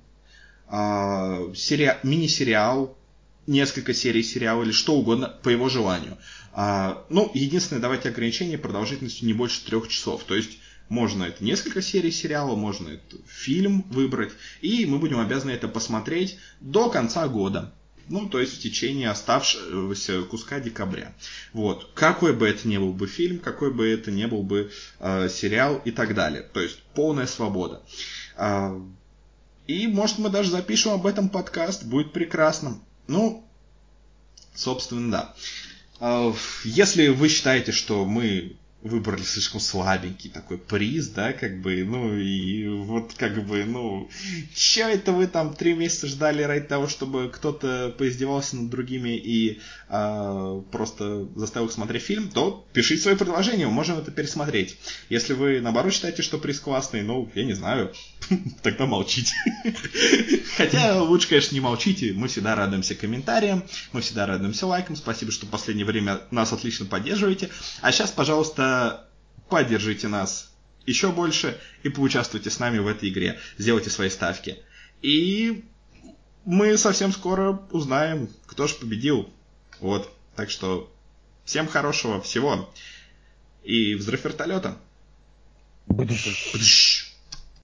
мини-сериал, несколько серий сериала или что угодно по его желанию. Ну, единственное, давайте ограничение продолжительностью не больше 3 часов. То есть можно это несколько серий сериала, можно это фильм выбрать, и мы будем обязаны это посмотреть до конца года. Ну, то есть в течение оставшегося куска декабря. Вот. Какой бы это ни был бы фильм, какой бы это ни был бы сериал и так далее. То есть полная свобода. И, может, мы даже запишем об этом подкаст. Будет прекрасно. Ну, собственно, да. Если вы считаете, что мы выбрали слишком слабенький такой приз, да, как бы, ну, и вот, как бы, ну, чё это вы там 3 месяца ждали ради того, чтобы кто-то поиздевался над другими и просто заставил их смотреть фильм, то пишите свои предложения, мы можем это пересмотреть. Если вы, наоборот, считаете, что приз классный, ну, я не знаю, тогда молчите. Хотя лучше, конечно, не молчите, мы всегда радуемся комментариям, мы всегда радуемся лайкам, спасибо, что в последнее время нас отлично поддерживаете. А сейчас, пожалуйста, поддержите нас еще больше и поучаствуйте с нами в этой игре. Сделайте свои ставки. И мы совсем скоро узнаем, кто же победил. Вот. Так что всем хорошего всего. И взрыв вертолета.